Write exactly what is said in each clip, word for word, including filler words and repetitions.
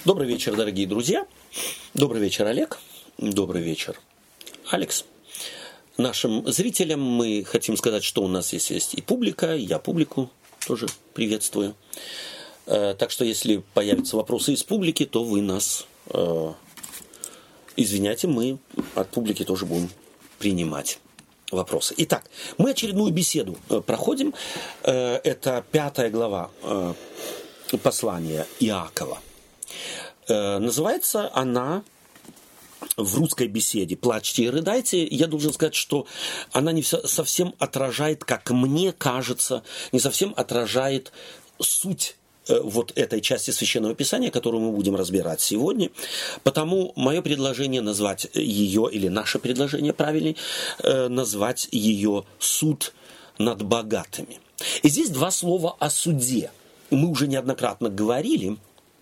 Добрый вечер, дорогие друзья. Добрый вечер, Олег. Добрый вечер, Алекс. Нашим зрителям мы хотим сказать, что у нас здесь есть и публика, и я публику тоже приветствую. Так что, если появятся вопросы из публики, то вы нас э, извиняйте, мы от публики тоже будем принимать вопросы. Итак, мы очередную беседу э, проходим. Э, это пятая глава э, послания Иакова. Э, называется она в русской беседе «Плачьте и рыдайте». Я должен сказать, что она не совсем отражает, как мне кажется, не совсем отражает суть вот этой части Священного Писания, которую мы будем разбирать сегодня. Потому мое предложение назвать ее, или наше предложение правильнее, назвать ее «Суд над богатыми». И здесь два слова о суде. Мы уже неоднократно говорили,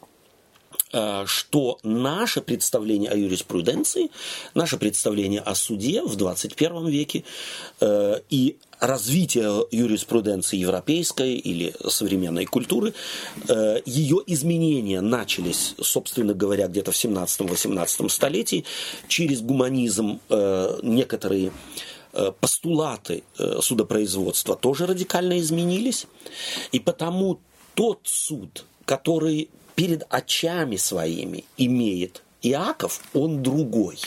что наше представление о юриспруденции, наше представление о суде в двадцать первом веке э, и развитие юриспруденции европейской или современной культуры, э, ее изменения начались, собственно говоря, где-то в семнадцатом-восемнадцатом столетии через гуманизм. Э, некоторые э, постулаты э, судопроизводства тоже радикально изменились, и потому тот суд, который перед очами своими имеет Иаков, он другой.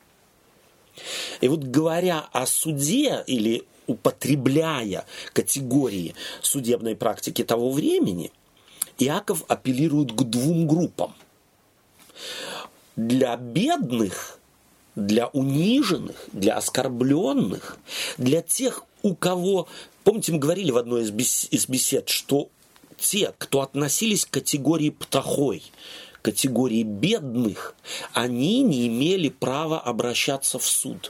И вот говоря о суде или употребляя категории судебной практики того времени, Иаков апеллирует к двум группам. Для бедных, для униженных, для оскорбленных, для тех, у кого... Помните, мы говорили в одной из бесед, что те, кто относились к категории птахой, категории бедных, они не имели права обращаться в суд.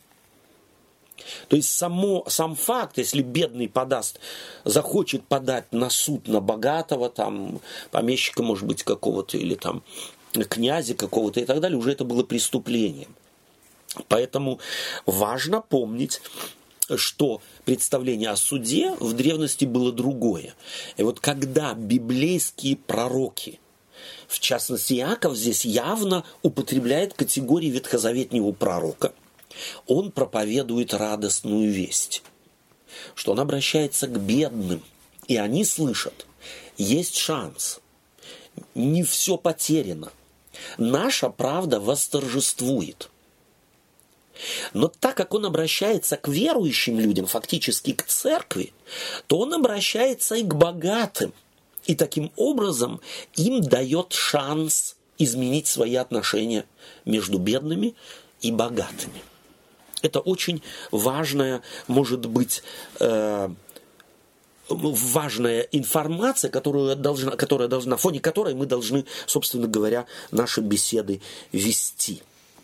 То есть само, сам факт, если бедный подаст, захочет подать на суд на богатого, там, помещика, может быть, какого-то, или там князя какого-то и так далее, уже это было преступлением. Поэтому важно помнить, что представление о суде в древности было другое. И вот когда библейские пророки, в частности Иаков здесь явно употребляет категории ветхозаветнего пророка, он проповедует радостную весть, что он обращается к бедным, и они слышат, есть шанс, не все потеряно, наша правда восторжествует. Но так как он обращается к верующим людям, фактически к церкви, то он обращается и к богатым. И таким образом им дает шанс изменить свои отношения между бедными и богатыми. Это очень важная, может быть, э, важная информация, которую должна, которая должна, на фоне которой мы должны, собственно говоря, наши беседы вести.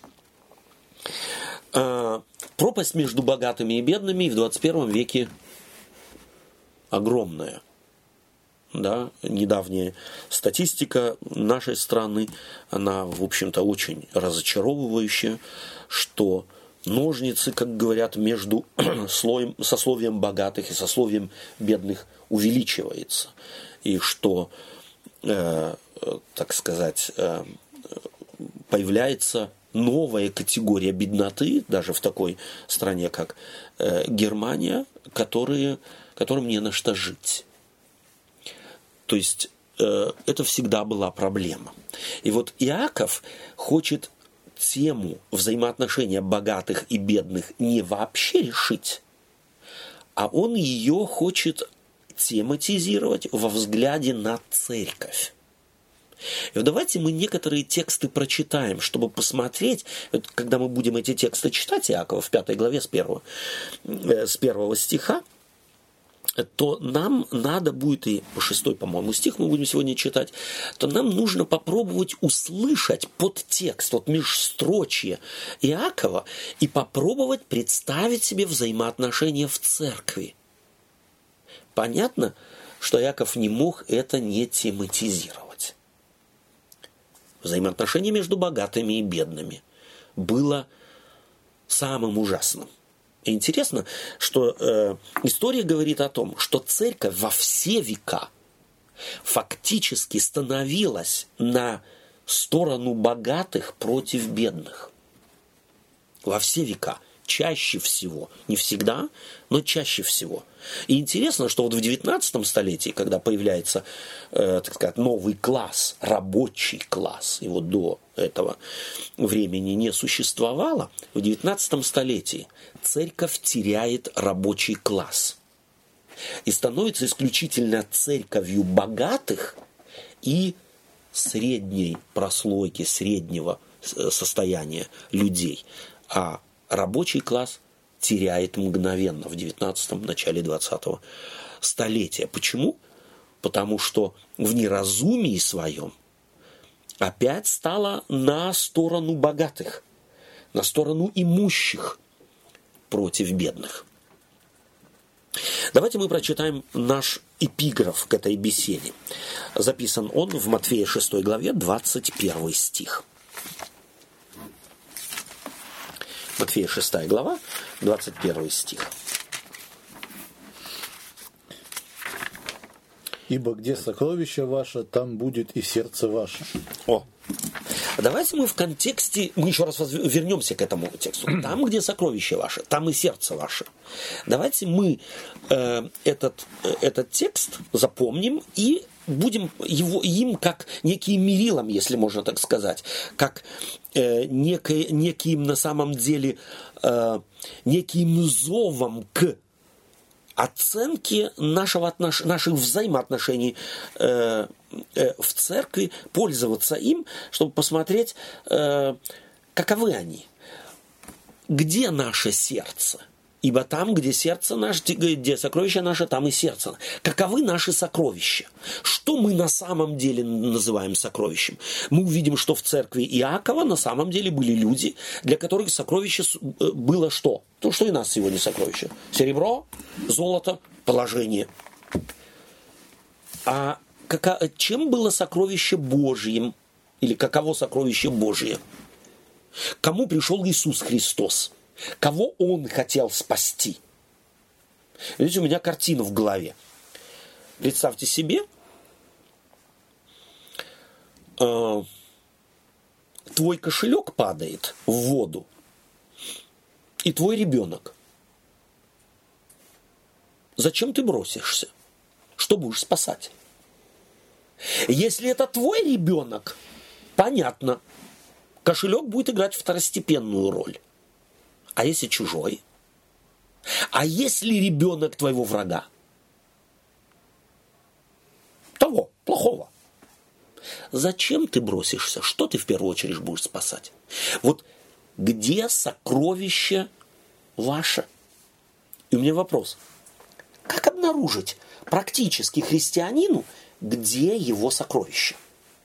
Пропасть между богатыми и бедными в двадцать первом веке огромная. Да? Недавняя статистика нашей страны, она, в общем-то, очень разочаровывающая, что ножницы, как говорят, между слоем, сословием богатых и сословием бедных увеличивается. И что, э, так сказать, э, появляется новая категория бедноты, даже в такой стране, как э, Германия, которые, которым не на что жить. То есть э, это всегда была проблема. И вот Иаков хочет тему взаимоотношения богатых и бедных не вообще решить, а он ее хочет тематизировать во взгляде на церковь. И вот давайте мы некоторые тексты прочитаем, чтобы посмотреть, когда мы будем эти тексты читать, Иакова в пятой главе с первого, с первого стиха, то нам надо будет, и по шестой, по-моему, стих мы будем сегодня читать, то нам нужно попробовать услышать подтекст, вот межстрочье Иакова, и попробовать представить себе взаимоотношения в церкви. Понятно, что Иаков не мог это не тематизировать. Взаимоотношение между богатыми и бедными было самым ужасным. И интересно, что э, история говорит о том, что церковь во все века фактически становилась на сторону богатых против бедных. Во все века. Чаще всего. Не всегда, но чаще всего. И интересно, что вот в девятнадцатом столетии, когда появляется, э, так сказать, новый класс, рабочий класс, его до этого времени не существовало, в девятнадцатом столетии церковь теряет рабочий класс. И становится исключительно церковью богатых и средней прослойки, среднего состояния людей. А рабочий класс теряет мгновенно в девятнадцатом, начале двадцатого столетия. Почему? Потому что в неразумии своем опять стала на сторону богатых, на сторону имущих против бедных. Давайте мы прочитаем наш эпиграф к этой беседе. Записан он в Матфея шестой главе, двадцать первый стих. Матфея шестая глава, двадцать первый стих. «Ибо где сокровище ваше, там будет и сердце ваше». О, давайте мы в контексте, мы еще раз вернемся к этому тексту. Там, где сокровище ваше, там и сердце ваше. Давайте мы э, этот, э, этот текст запомним и будем его, им как неким мерилом, если можно так сказать, как э, некой, неким на самом деле э, неким зовом к оценке нашего отнош... наших взаимоотношений э, э, в церкви, пользоваться им, чтобы посмотреть, э, каковы они. Где наше сердце? Ибо там, где сердце наше, где сокровище наше, там и сердце. Каковы наши сокровища? Что мы на самом деле называем сокровищем? Мы увидим, что в церкви Иакова на самом деле были люди, для которых сокровище было что? То, что и нас сегодня сокровище. Серебро, золото, положение. А кака- чем было сокровище Божьим? Или каково сокровище Божье? Кому пришел Иисус Христос? Кого Он хотел спасти? Видите, у меня картина в голове. Представьте себе, э, твой кошелек падает в воду, и твой ребенок. Зачем ты бросишься? Что будешь спасать? Если это твой ребенок, понятно, кошелек будет играть второстепенную роль. А если чужой? А если ребенок твоего врага? Того, плохого. Зачем ты бросишься? Что ты в первую очередь будешь спасать? Вот где сокровище ваше? И у меня вопрос. Как обнаружить практически христианину, где его сокровище?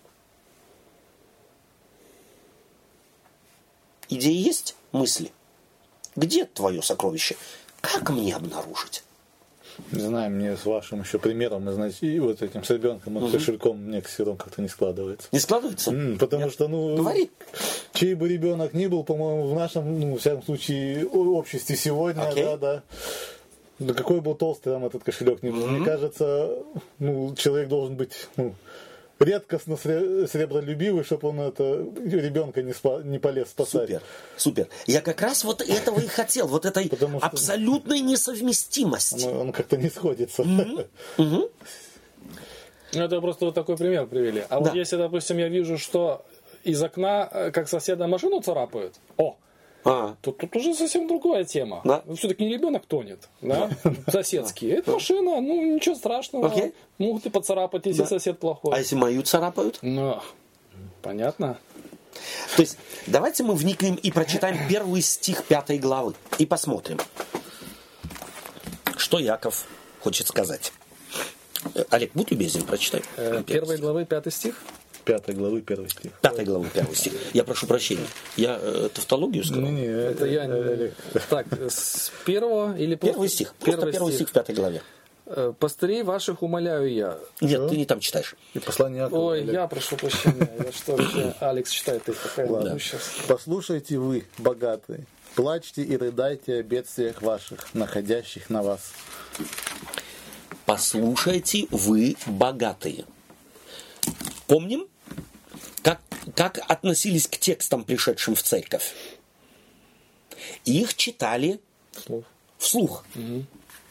Идеи есть? Мысли? Где твое сокровище? Как мне обнаружить? Не знаю, мне с вашим еще примером, знаете, и вот этим с ребенком, и угу. кошельком мне все равно как-то не складывается. Не складывается? М, потому Нет. что, ну, Говори. Чей бы ребенок ни был, по-моему, в нашем, ну, в всяком случае, обществе сегодня, okay. да, да. Да какой был толстый там этот кошелек ни был. Mm-hmm. Мне кажется, ну, человек должен быть, ну, редкостно сребролюбивый, чтобы он это ребенка не, спа, не полез спасать. Супер, супер. Я как раз вот этого и хотел, вот этой Потому абсолютной несовместимости. Он, он как-то не сходится. Mm-hmm. Mm-hmm. Ну, это просто вот такой пример привели. А да. вот если, допустим, я вижу, что из окна, как соседа машину царапают, о, А. Тут, тут уже совсем другая тема. Да? Все-таки не ребенок тонет, да? Соседский. Это машина, ну ничего страшного. Okay. Могут и поцарапать, если да. сосед плохой. А если мою царапают? Ну, понятно. То есть, давайте мы вникнем и прочитаем первый стих пятой главы. И посмотрим, что Яков хочет сказать. Олег, будь любезен, прочитай. Э, первой главы пятый стих? Пятой главы первый стих. Пятой главы первый стих. Я прошу прощения. Я э, тавтологию сказал? Не, не, это я не... Так, с первого или... Первый стих. Просто первый, первый стих в пятой главе. Пастырей ваших умоляю я. Нет, что? Ты не там читаешь. И послание Якова. Ой, Олег. Я прошу прощения. Я что, Алекс читает. Ладно. Послушайте вы, богатые, плачьте и рыдайте о бедствиях ваших, находящих на вас. Послушайте вы, богатые. Помним, как, как относились к текстам, пришедшим в церковь? Их читали вслух. вслух. Угу.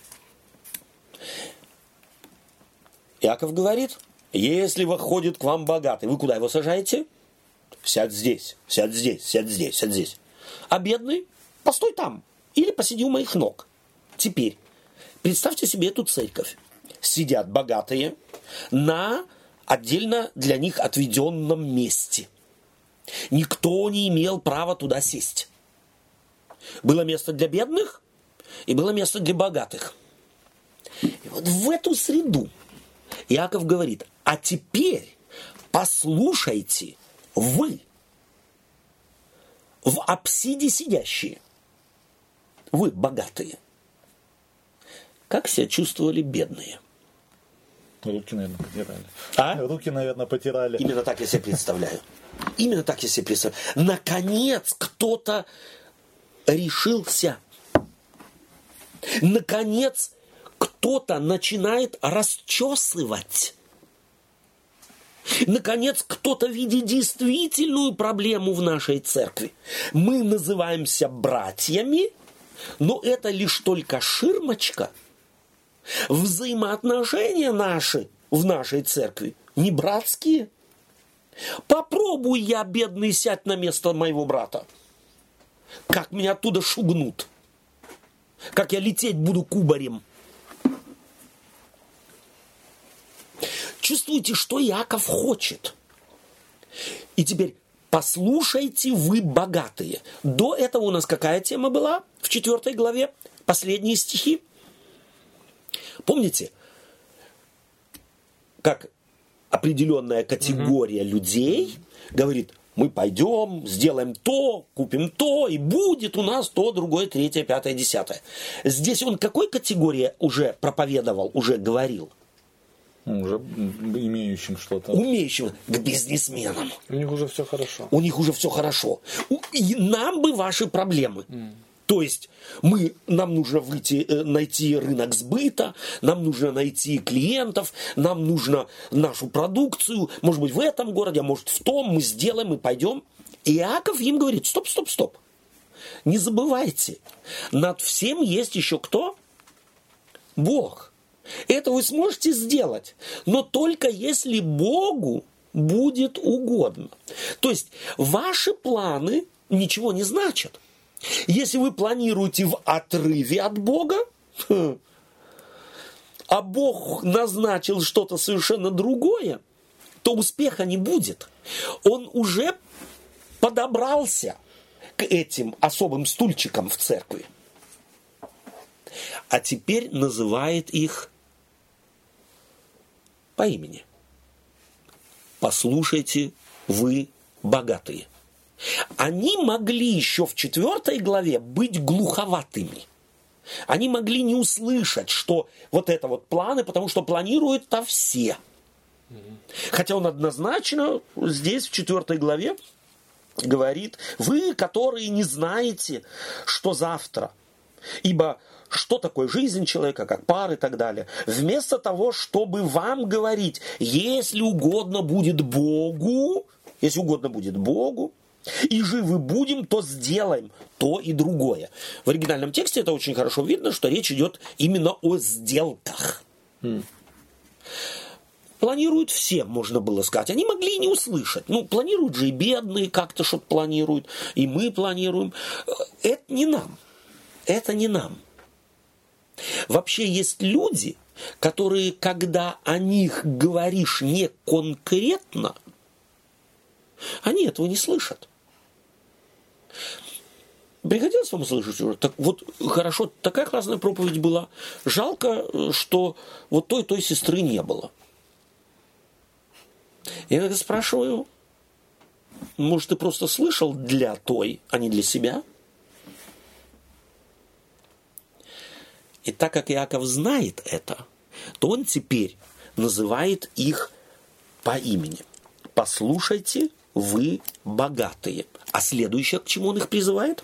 Иаков говорит, если выходит к вам богатый, вы куда его сажаете? Сядь здесь, сядь здесь, сядь здесь, сядь здесь. А бедный, постой там или посиди у моих ног. Теперь, представьте себе эту церковь. Сидят богатые на отдельно для них отведенном месте. Никто не имел права туда сесть. Было место для бедных и было место для богатых. И вот в эту среду Иаков говорит, а теперь послушайте вы, в апсиде сидящие, вы богатые, как себя чувствовали бедные? Руки, наверное, потирали. А? Руки, наверное, потирали. Именно так я себе представляю. Именно так я себе представляю. Наконец кто-то решился. Наконец кто-то начинает расчесывать. Наконец кто-то видит действительную проблему в нашей церкви. Мы называемся братьями, но это лишь только ширмочка. Взаимоотношения наши в нашей церкви не братские. Попробуй я, бедный, сядь на место моего брата. Как меня оттуда шугнут. Как я лететь буду кубарем. Чувствуете, что Иаков хочет. И теперь послушайте вы, богатые. До этого у нас какая тема была в четвертой главе? Последние стихи. Помните, как определенная категория угу. людей говорит, мы пойдем, сделаем то, купим то, и будет у нас то, другое, третье, пятое, десятое. Здесь он какой категории уже проповедовал, уже говорил? Уже имеющим что-то. Умеющим, к бизнесменам. У них уже все хорошо. У них уже все хорошо. И нам бы ваши проблемы. Mm. То есть мы, нам нужно выйти, найти рынок сбыта, нам нужно найти клиентов, нам нужно нашу продукцию, может быть, в этом городе, а может, в том, мы сделаем и пойдем. И Иаков им говорит, стоп, стоп, стоп. Не забывайте, над всем есть еще кто? Бог. Это вы сможете сделать, но только если Богу будет угодно. То есть ваши планы ничего не значат. Если вы планируете в отрыве от Бога, а Бог назначил что-то совершенно другое, то успеха не будет. Он уже подобрался к этим особым стульчикам в церкви. А теперь называет их по имени. Послушайте, вы богатые. Они могли еще в четвертой главе быть глуховатыми. Они могли не услышать, что вот это вот планы, потому что планируют-то все. Хотя он однозначно здесь в четвертой главе говорит, вы, которые не знаете, что завтра, ибо что такое жизнь человека, как пар и так далее. Вместо того, чтобы вам говорить, если угодно будет Богу, если угодно будет Богу, и живы будем, то сделаем то и другое. В оригинальном тексте это очень хорошо видно, что речь идет именно о сделках. Mm. Планируют все, можно было сказать. Они могли и не услышать. Ну, планируют же и бедные как-то что-то планируют, и мы планируем. Это не нам. Это не нам. Вообще есть люди, которые, когда о них говоришь не конкретно, они этого не слышат. Приходилось вам слышать уже? Так вот, хорошо, такая классная проповедь была. Жалко, что вот той той сестры не было. Я иногда спрашиваю, может, ты просто слышал для той, а не для себя? И так как Иаков знает это, то он теперь называет их по имени. Послушайте, вы богатые. А следующее, к чему он их призывает?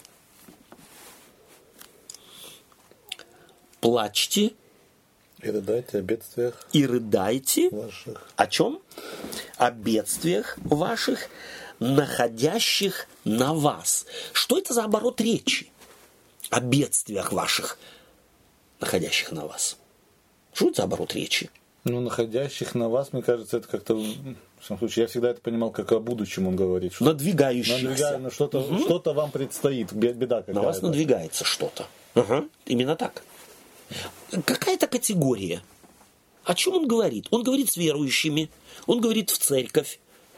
Плачьте. И рыдайте о бедствиях. И рыдайте. Ваших. О чем? О бедствиях ваших находящих на вас. Что это за оборот речи? О бедствиях ваших, находящих на вас. Что это за оборот речи? Ну, находящих на вас, мне кажется, это как-то... В всяком случае, я всегда это понимал, как о будущем он говорит. Что надвигающихся. Надвига... Ну, что-то, угу. что-то вам предстоит, беда какая-то. На вас надвигается что-то. Ага, именно так. Какая-то категория. О чем он говорит? Он говорит с верующими, он говорит в церковь.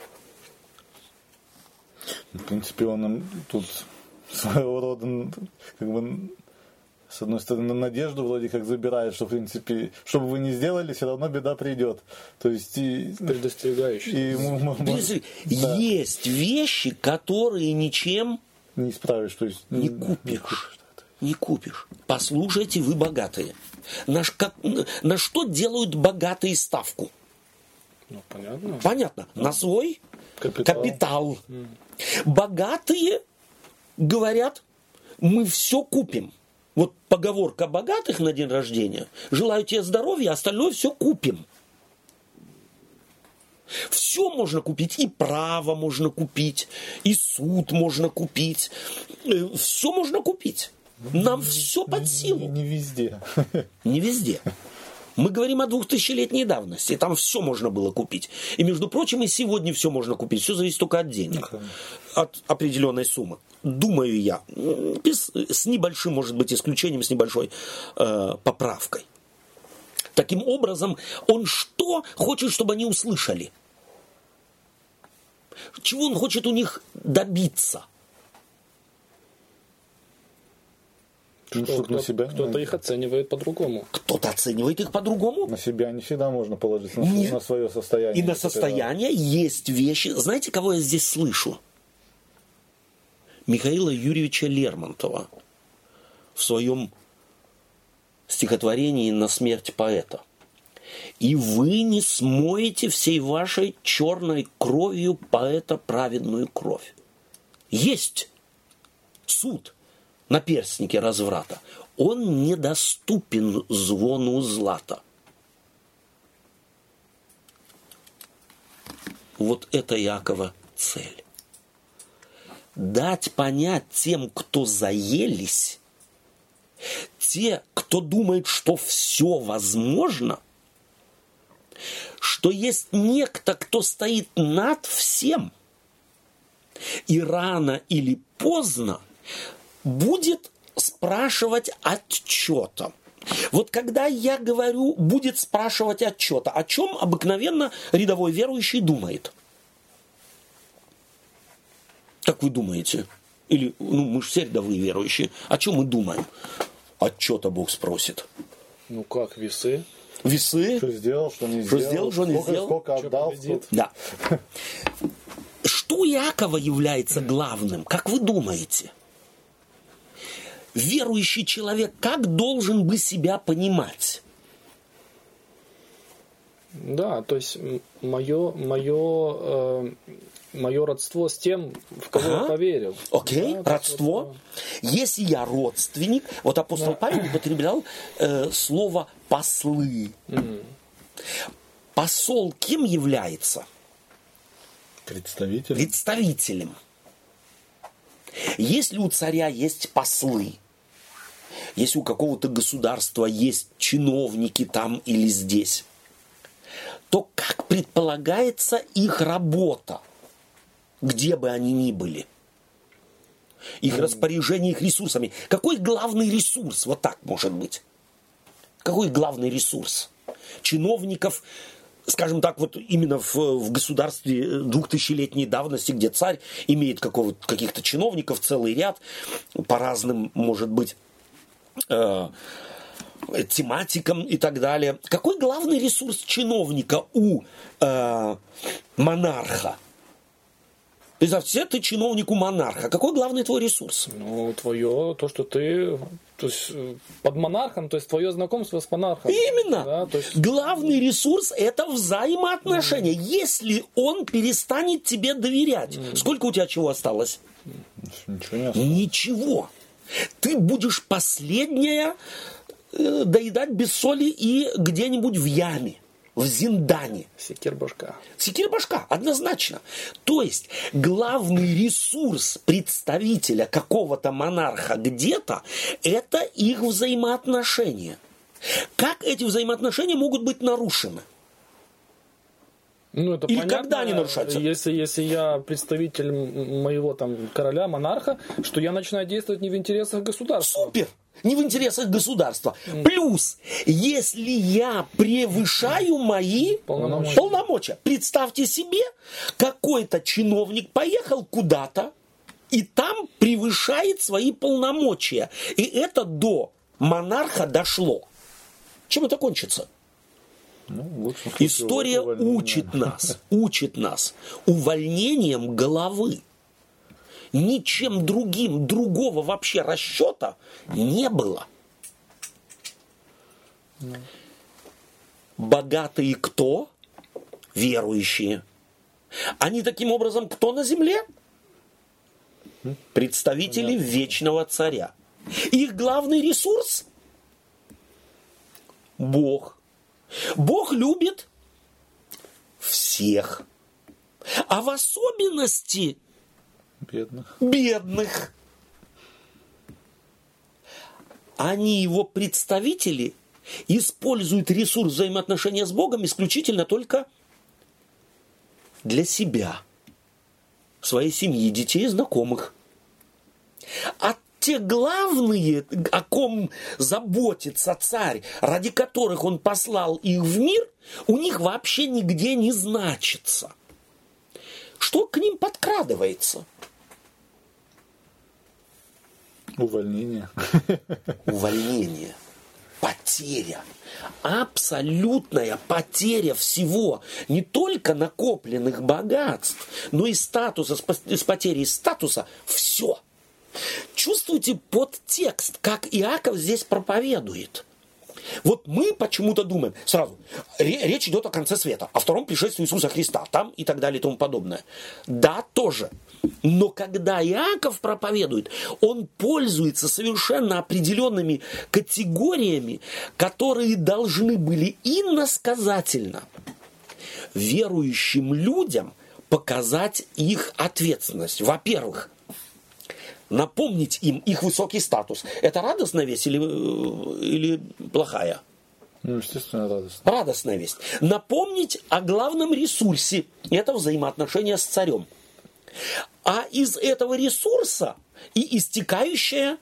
В принципе, он нам тут своего рода, как бы, с одной стороны, надежду вроде как забирает, что, в принципе, что бы вы ни сделали, все равно беда придет. То есть, и... Предостерегающий. И, может, да. Есть вещи, которые ничем не исправишь. То есть, не купишь. Не купишь. Не купишь. Послушайте, вы богатые. На, как, на что делают богатые ставку? Ну, понятно. Понятно. На свой капитал. капитал. Mm. Богатые говорят, мы все купим. Вот поговорка богатых на день рождения. Желаю тебе здоровья, остальное все купим. Все можно купить. И право можно купить, и суд можно купить. Все можно купить. Нам не, все под силу. Не, не везде. Не везде. Мы говорим о двухтысячелетней давности. Там все можно было купить. И, между прочим, и сегодня все можно купить. Все зависит только от денег. От определенной суммы. Думаю я. Без, с небольшим, может быть, исключением, с небольшой э, поправкой. Таким образом, он что хочет, чтобы они услышали? Чего он хочет у них добиться? Что, кто, себя, кто-то их оценивает по-другому. Кто-то оценивает их по-другому. На себя не всегда можно положиться, на, на свое состояние. И на состояние это... есть вещи. Знаете, кого я здесь слышу? Михаила Юрьевича Лермонтова в своем стихотворении «На смерть поэта». «И вы не смоете всей вашей черной кровью поэта праведную кровь». Есть суд на перстнике разврата. Он недоступен звону злата. Вот это Иакова цель. Дать понять тем, кто заелись, те, кто думает, что все возможно, что есть некто, кто стоит над всем, и рано или поздно будет спрашивать отчета. Вот когда я говорю, будет спрашивать отчета, о чем обыкновенно рядовой верующий думает? Как вы думаете? Или, ну, мы же все рядовые верующие. О чем мы думаем? Отчета Бог спросит. Ну как, весы? Весы? Что сделал, что не что сделал. сделал, что не сколько, сделал. Сколько отдал. Да. Что у Иакова является главным? Как вы думаете? Верующий человек как должен бы себя понимать? Да, то есть мое, мое, э, мое родство с тем, в кого ага. я поверил. Окей, да, родство. Вот, если я родственник, вот апостол да. Павел употреблял э, слово послы. Mm. Посол кем является? Представителем. Представителем. Если у царя есть послы, если у какого-то государства есть чиновники там или здесь, то как предполагается их работа, где бы они ни были? Их распоряжение их ресурсами. Какой главный ресурс? Вот так может быть. Какой главный ресурс? Чиновников, скажем так, вот именно в, в государстве двухтысячелетней давности, где царь имеет каких-то чиновников, целый ряд, по разным, может быть, э, тематикам и так далее. Какой главный ресурс чиновника у э, монарха? Представьте, ты чиновник у монарха. Какой главный твой ресурс? Ну, твое, то, что ты то есть, под монархом, то есть твое знакомство с монархом. Именно. Да, то есть... Главный ресурс – это взаимоотношения. Mm. Если он перестанет тебе доверять, mm. сколько у тебя чего осталось? Ничего не осталось. Ничего. Ты будешь последняя э, доедать без соли и где-нибудь в яме. в Зиндане. Секир-башка. Секир-башка, однозначно. То есть, главный ресурс представителя какого-то монарха где-то, это их взаимоотношения. Как эти взаимоотношения могут быть нарушены? Ну, это Или понятно, когда они нарушаются? Если, если я представитель моего там короля, монарха, что я начинаю действовать не в интересах государства. Супер! Не в интересах государства. Mm. Плюс, если я превышаю мои полномочия. полномочия, представьте себе, какой-то чиновник поехал куда-то и там превышает свои полномочия. И это до монарха дошло. Чем это кончится? Ну, История учит нас, учит нас увольнением головы. Ничем другим, другого вообще расчета не было. Mm. Богатые кто? Верующие. Они таким образом кто на земле? Представители Понятно. Вечного царя. Их главный ресурс? Бог. Бог любит всех. А в особенности бедных. бедных. Они, его представители, используют ресурс взаимоотношения с Богом исключительно только для себя, своей семьи, детей и знакомых. А те главные, о ком заботится царь, ради которых он послал их в мир, у них вообще нигде не значится. Что к ним подкрадывается? Увольнение. Увольнение. Потеря. Абсолютная потеря всего. Не только накопленных богатств, но и статуса. С потерей статуса все. Чувствуете подтекст, как Иаков здесь проповедует. Вот мы почему-то думаем, сразу, речь идет о конце света, о втором пришествии Иисуса Христа, там и так далее и тому подобное. Да, тоже. Но когда Иаков проповедует, он пользуется совершенно определенными категориями, которые должны были иносказательно верующим людям показать их ответственность. Во-первых, напомнить им их высокий статус. Это радостная весть или, или плохая? Ну, естественно, радостная. Радостная весть. Напомнить о главном ресурсе. Это взаимоотношения с царем. А из этого ресурса и истекающее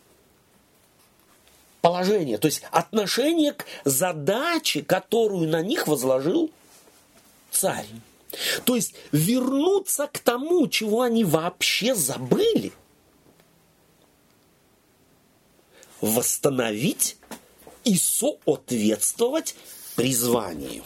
положение. То есть отношение к задаче, которую на них возложил царь. То есть вернуться к тому, чего они вообще забыли. Восстановить и соответствовать призванию.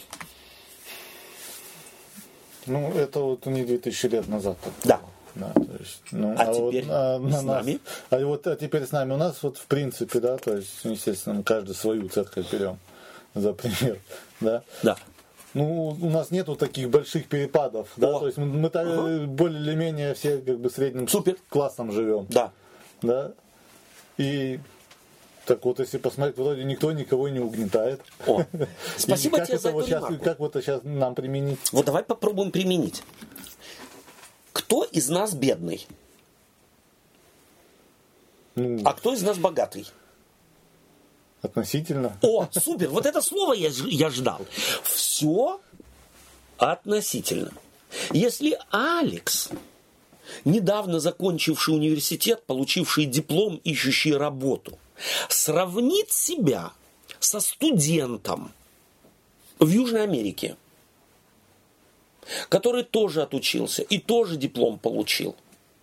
Ну, это вот не две тысячи лет назад. Да. Да, то есть, ну, а, а теперь вот, а, с нами? Нас, а, вот, а теперь с нами. У нас вот в принципе, да, то есть, естественно, мы каждый свою церковь берем за пример, да. Да. Ну, у нас нету таких больших перепадов, О. да, то есть мы, мы так, угу. более или менее все как бы средним Супер. классом живем. Да. Да. И так вот, если посмотреть, вроде никто никого не угнетает. О, спасибо тебе за эту вот сейчас, ремарку. Как вот это сейчас нам применить? Вот давай попробуем применить. Кто из нас бедный? Ну, а кто из нас богатый? Относительно. О, супер! Вот это слово я, я ждал. Все относительно. Если Алекс, недавно закончивший университет, получивший диплом, ищущий работу, сравнит себя со студентом в Южной Америке, который тоже отучился и тоже диплом получил,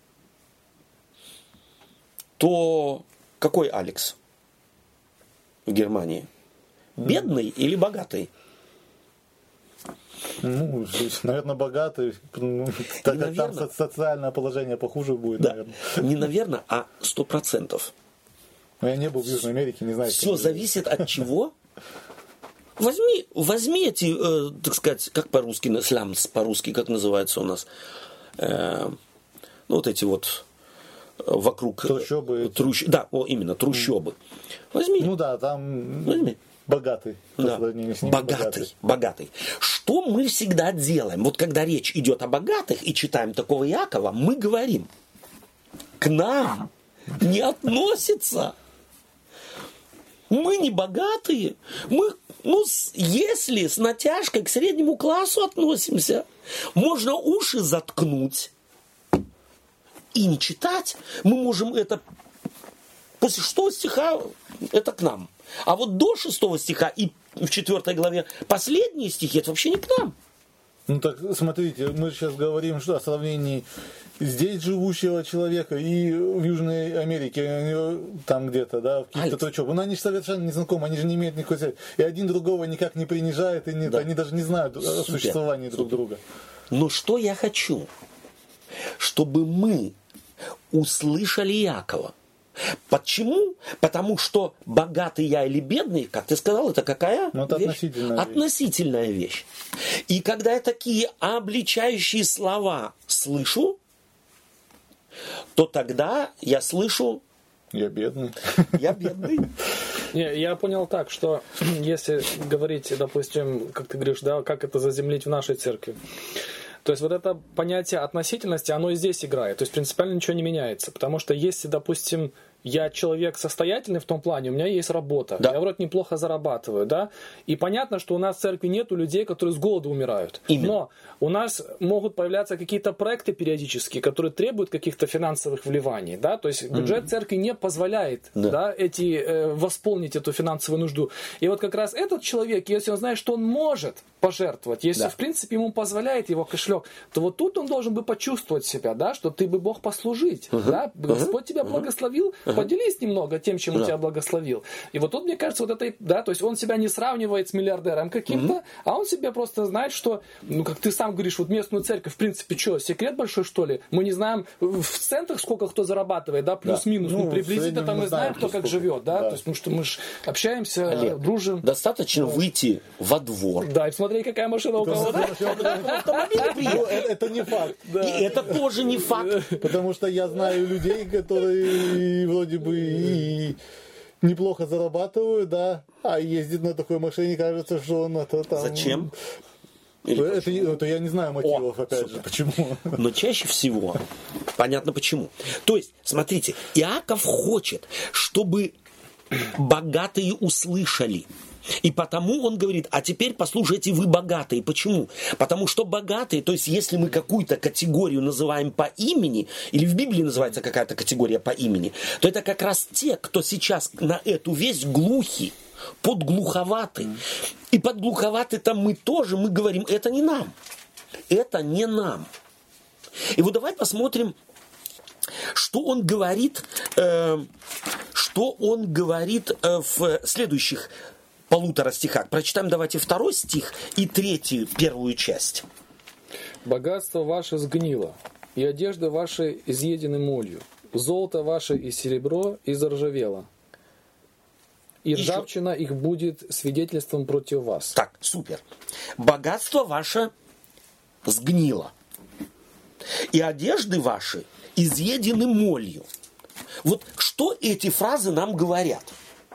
то какой Алекс в Германии? Бедный mm. или богатый? Ну, наверное, богатый. Ну, так как там социальное положение похуже будет, да. наверное. Не наверное, а сто процентов. Но я не был в Южной Америке, не знаю. Все зависит от чего? Возьми, возьми эти, э, так сказать, как по-русски, слямс по-русски, как называется у нас, э, ну, вот эти вот вокруг... Трущобы. Трущ, да, о, именно, трущобы. Возьми. Ну да, там Возьми. богатый. Да. Богатый, богатый, богатый. Что мы всегда делаем? Вот когда речь идет о богатых и читаем такого Иакова, мы говорим, к нам не относится. Мы не богатые. Мы, ну, если с натяжкой к среднему классу относимся, можно уши заткнуть и не читать. Мы можем это... После шестого стиха это к нам. А вот до шестого стиха и в четвертой главе последние стихи, это вообще не к нам. Ну так, смотрите, мы сейчас говорим что, о сравнении здесь живущего человека и в Южной Америке, там где-то, да, в каких-то точках. Но они же совершенно не знакомы, они же не имеют никакой связи. И один другого никак не принижает, и не, да. они даже не знают Супер. о существовании Супер. друг друга. Но что я хочу? Чтобы мы услышали Иакова. Почему? Потому что богатый я или бедный, как ты сказал, это какая ну, это вещь? Относительная, относительная вещь. вещь. И когда я такие обличающие слова слышу, то тогда я слышу... Я бедный. Я бедный. Не, я понял так, что если говорить, допустим, как ты говоришь, да, как это заземлить в нашей церкви, то есть вот это понятие относительности, оно и здесь играет. То есть принципиально ничего не меняется. Потому что если, допустим, я человек состоятельный в том плане, у меня есть работа, да. я вроде неплохо зарабатываю, да, и понятно, что у нас в церкви нету людей, которые с голоду умирают. Именно. Но у нас могут появляться какие-то проекты периодические, которые требуют каких-то финансовых вливаний, да, то есть бюджет mm-hmm. церкви не позволяет, да, да эти, э, восполнить эту финансовую нужду. И вот как раз этот человек, если он знает, что он может пожертвовать, если, да. в принципе, ему позволяет его кошелек, то вот тут он должен бы почувствовать себя, да, что ты бы Бог послужить, uh-huh. да, Господь uh-huh. тебя благословил, uh-huh. поделись немного тем, чем он uh-huh. тебя благословил. И вот тут, мне кажется, вот это, да, то есть он себя не сравнивает с миллиардером каким-то, uh-huh. а он себе просто знает, что, ну, как ты сам говоришь, вот местную церковь, в принципе, что, секрет большой, что ли? Мы не знаем в центах, сколько кто зарабатывает, да, плюс-минус, да. ну, ну, приблизительно там мы знаем, кто как живет, да, да, то есть, ну, что мы же общаемся, Олег, дружим. Достаточно вот. выйти во двор. Да, и смотри, какая машина у кого. Это не факт. И это тоже не факт. Потому что я знаю людей, которые вроде бы и неплохо зарабатывают, да, а ездит на такой машине, кажется, что он это там... Зачем? Это, это я не знаю мотивов, О, опять супер. же, почему. Но чаще всего, понятно почему. То есть, смотрите, Иаков хочет, чтобы богатые услышали. И потому он говорит, а теперь послушайте вы богатые. Почему? Потому что богатые, то есть если мы какую-то категорию называем по имени, или в Библии называется какая-то категория по имени, то это как раз те, кто сейчас на эту весть глухи, подглуховаты. И подглуховаты там мы тоже, мы говорим, это не нам. Это не нам. И вот давай посмотрим, что он говорит, э, что он говорит э, в следующих полутора стихах. Прочитаем давайте второй стих и третью, первую часть. «Богатство ваше сгнило, и одежды ваши изъедены молью, золото ваше и серебро изржавело, и ржавчина Еще... их будет свидетельством против вас». Так, супер. «Богатство ваше сгнило, и одежды ваши изъедены молью». Вот что эти фразы нам говорят?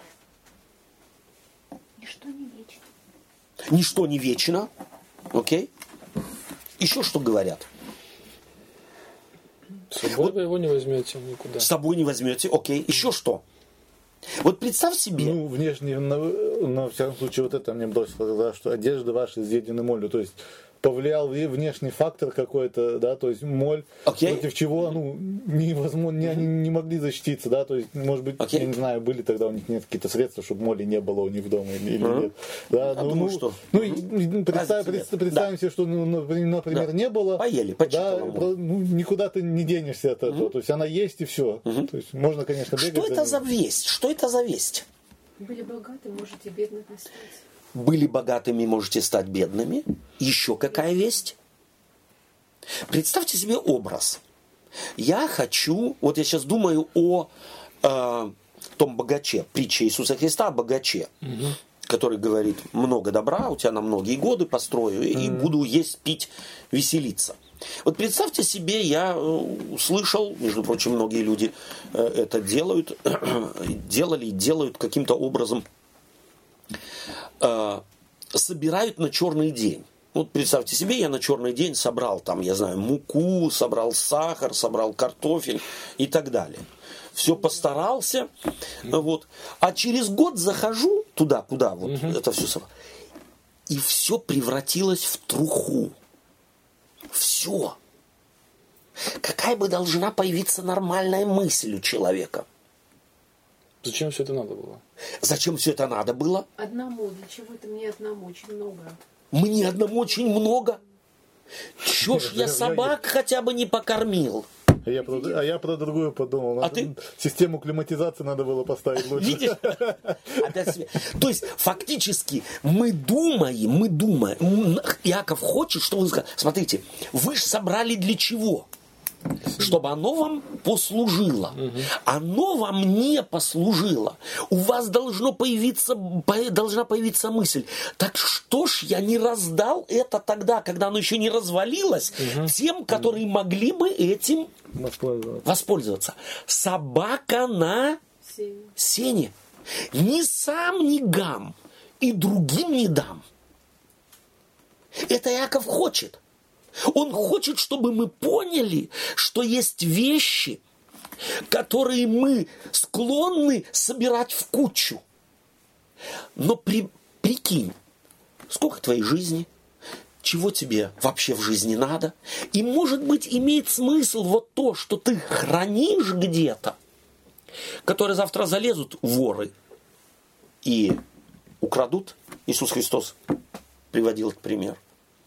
Ничто не вечно. Ничто не вечно. Окей. Еще что говорят? С собой вот, вы его не возьмете никуда. С собой не возьмете. Окей. Еще что? Вот представь себе. Ну, внешне, на, на всяком случае, вот это мне бросило, что одежды ваши изъедены молью. То есть повлиял внешний фактор какой-то, да, то есть моль, okay. против чего, ну, невозможно, не, они не могли защититься, да, то есть, может быть, okay. я не знаю, были тогда у них нет какие-то средства, чтобы моли не было у них в доме или uh-huh. нет. Да, ну, думаю, ну, что? Ну, mm-hmm. представь, представь, представим да. себе, что, ну, например, да. не было. Поели, да, ну, никуда ты не денешься от этого, uh-huh. то есть она есть и все. Uh-huh. То есть можно, конечно, бегать. Что это за весть? Что это за весть? Были богаты, можете бедных остаться. Были богатыми, можете стать бедными. Еще какая весть? Представьте себе образ. Я хочу, вот я сейчас думаю о э, том богаче, притче Иисуса Христа о богаче, угу. который говорит, много добра, у тебя на многие годы построю, угу. и буду есть, пить, веселиться. Вот представьте себе, я услышал, между прочим, многие люди это делают, делали и делают каким-то образом. э, собирают на черный день. Вот представьте себе, я на черный день собрал там, я знаю, муку, собрал сахар, собрал картофель и так далее. Все постарался, вот. А через год захожу туда, куда вот угу. это все собрал. И все превратилось в труху. Все. Какая бы должна появиться нормальная мысль у человека? Зачем все это надо было? Зачем все это надо было? Одному. Для чего это мне одному? Очень много. Мне одному очень много. Чё ж я собак хотя бы не покормил? А я, про, а я про другую подумал. Надо, а ты... Систему климатизации надо было поставить лучше. Видишь? То есть, фактически, мы думаем, мы думаем, Иаков хочет, чтобы он сказал, смотрите, вы же собрали для чего? Чтобы оно вам послужило. Угу. Оно вам не послужило. У вас должно появиться, должна появиться мысль. Так что ж я не раздал это тогда, когда оно еще не развалилось, угу. тем, которые угу. могли бы этим воспользоваться. воспользоваться. Собака на сене. сене. Ни сам, ни гам. И другим не дам. Это Иаков хочет. Он хочет, чтобы мы поняли, что есть вещи, которые мы склонны собирать в кучу. Но при, прикинь, сколько твоей жизни, чего тебе вообще в жизни надо. И, может быть, имеет смысл вот то, что ты хранишь где-то, которые завтра залезут воры и украдут. Иисус Христос приводил этот пример.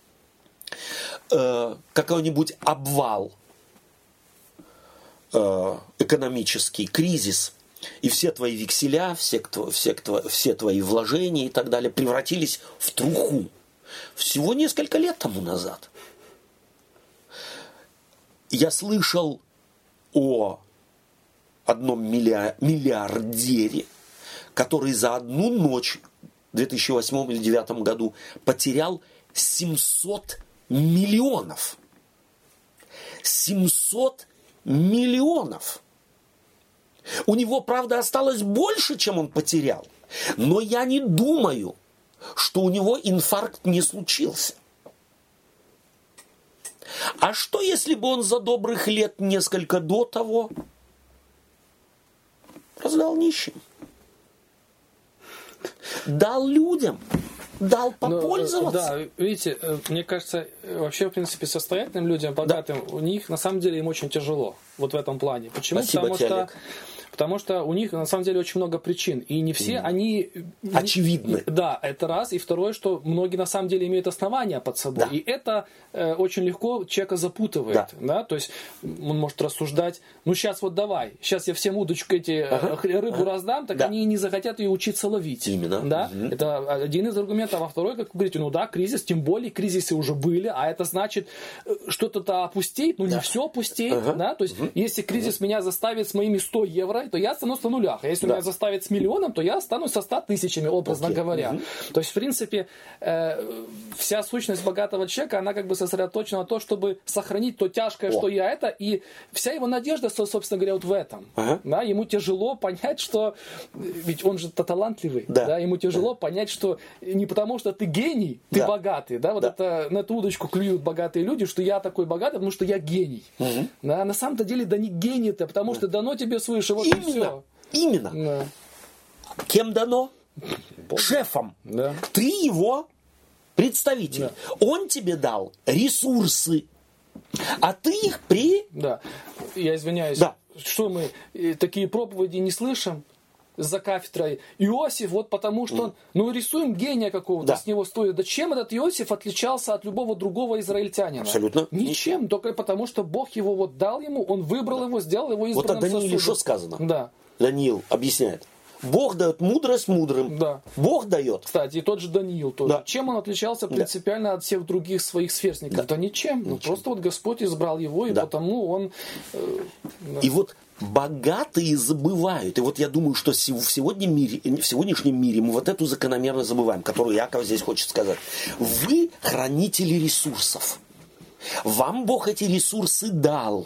Э, какой-нибудь обвал, э, экономический кризис, и все твои векселя, все, все, все твои вложения и так далее превратились в труху. Всего несколько лет тому назад. Я слышал о одном миллиардере, который за одну ночь в две тысячи восьмом или две тысячи девятом году потерял семьсот миллионов. семьсот миллионов. У него, правда, осталось больше, чем он потерял. Но я не думаю, что у него инфаркт не случился. А что, если бы он за добрых лет несколько до того раздал нищим? Дал людям. Дал попользоваться. Ну, да, видите, мне кажется, вообще, в принципе, состоятельным людям, богатым, да. у них, на самом деле, им очень тяжело. Вот в этом плане. Почему? Спасибо Потому тебе, что... Олег. Потому что у них, на самом деле, очень много причин. И не все mm. они... Очевидны. Да, это раз. И второе, что многие, на самом деле, имеют основания под собой. Да. И это э, очень легко человека запутывает. Да. Да? То есть он может рассуждать, ну, сейчас вот давай, сейчас я всем удочку эти ага. рыбу ага. раздам, так да. они не захотят ее учиться ловить. Именно. Да? Угу. Это один из аргументов. А второй, как вы говорите, ну да, кризис, тем более кризисы уже были, а это значит, что-то-то опустеет, ну, да. не все опустеет. Ага. Да? То есть, угу. если кризис угу. меня заставит с моими сто евро, то я останусь на нулях. А если да. меня заставит с миллионом, то я останусь со ста тысячами, образно okay. говоря. Угу. То есть, в принципе, э, вся сущность богатого человека, она как бы сосредоточена на то, чтобы сохранить то тяжкое, О. что я это, и вся его надежда, собственно говоря, вот в этом. Ага. Да? Ему тяжело понять, что... Ведь он же талантливый. Да. Да? Ему тяжело да. понять, что не потому, что ты гений, ты да. богатый. Да? Вот да. это, на эту удочку клюют богатые люди, что я такой богатый, потому что я гений. Угу. Да? На самом-то деле, да не гений-то, потому что дано тебе свыше, вот Именно. и все. Именно. Да. Кем дано? Бог. Шефом. Да. Ты его представитель. Да. Он тебе дал ресурсы, а ты их при... Да. Я извиняюсь. Да. Что мы такие проповеди не слышим за кафедрой? Иосиф, вот потому что он... Ну, рисуем гения какого-то, да. с него стоит. Да чем этот Иосиф отличался от любого другого израильтянина? Абсолютно. Ничем. Только потому, что Бог его вот дал ему, он выбрал да. его, сделал его избранным сосудом. Вот о Данииле что сказано? Да. Даниил объясняет. Бог дает мудрость мудрым. Да. Бог дает. Кстати, и тот же Даниил тоже. Да. Чем он отличался принципиально да. от всех других своих сверстников? Да, да ничем. ничем. Ну, просто вот Господь избрал его, и да. потому он... Э, да. И вот богатые забывают. И вот я думаю, что в, сегодня мире, в сегодняшнем мире мы вот эту закономерность забываем, которую Иаков здесь хочет сказать. Вы хранители ресурсов. Вам Бог эти ресурсы дал.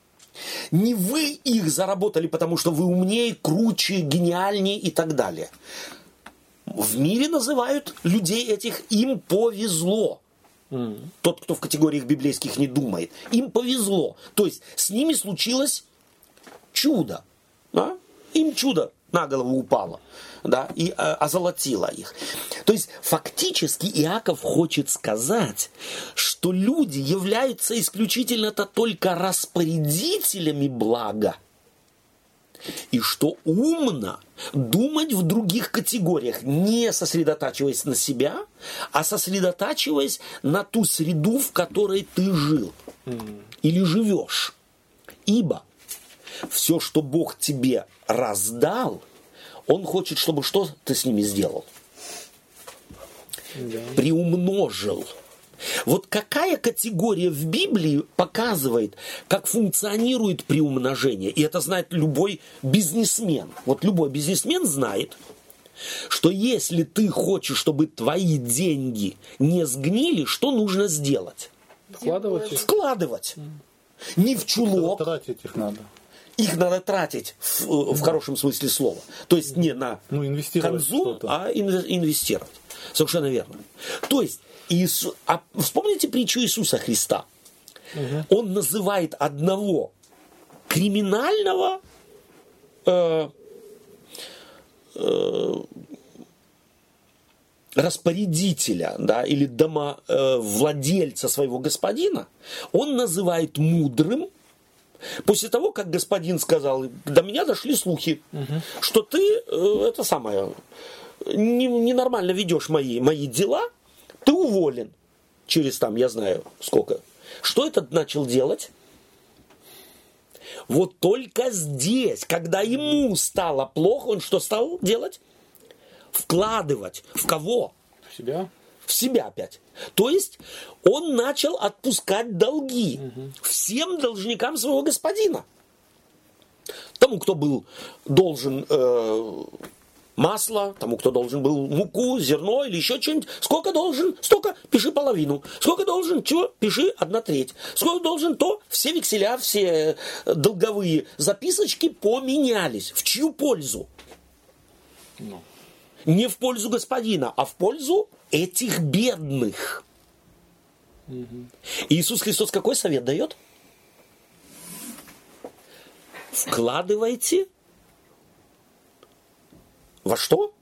Не вы их заработали, потому что вы умнее, круче, гениальнее и так далее. В мире называют людей этих «им повезло». Mm. Тот, кто в категориях библейских не думает. Им повезло. То есть с ними случилось чудо. Да? Им чудо на голову упало. Да? И а, озолотило их. То есть фактически Иаков хочет сказать, что люди являются исключительно-то только распорядителями блага. И что умно думать в других категориях, не сосредотачиваясь на себя, а сосредотачиваясь на ту среду, в которой ты жил mm. или живешь. Ибо все, что Бог тебе раздал, Он хочет, чтобы что ты с ними сделал? Yeah. Приумножил. Вот какая категория в Библии показывает, как функционирует приумножение? И это знает любой бизнесмен. Вот любой бизнесмен знает, что если ты хочешь, чтобы твои деньги не сгнили, что нужно сделать? Вкладывать. Вкладывать. Не в чулок. Тратить их надо. Их надо тратить в, в хорошем смысле слова. То есть не на ну, консум, а инвестировать. Совершенно верно. То есть, Иисус, а вспомните притчу Иисуса Христа. Угу. Он называет одного криминального э, э, распорядителя, да, или домовладельца своего господина, он называет мудрым. После того, как господин сказал, до меня дошли слухи, угу. что ты э, это самое ненормально ведешь мои, мои дела, ты уволен через там, я знаю, сколько. Что этот начал делать? Вот только здесь, когда ему стало плохо, он что стал делать? Вкладывать. В кого? В себя. В себя опять. То есть он начал отпускать долги угу. всем должникам своего господина. Тому, кто был должен э, масло, тому, кто должен был муку, зерно или еще что-нибудь. Сколько должен? Столько, пиши половину. Сколько должен? Чего? Пиши одна треть. Сколько должен? То. Все векселя, все долговые записочки поменялись. В чью пользу? Ну. Не в пользу господина, а в пользу этих бедных. Угу. Иисус Христос какой совет дает? Вкладывайте во что?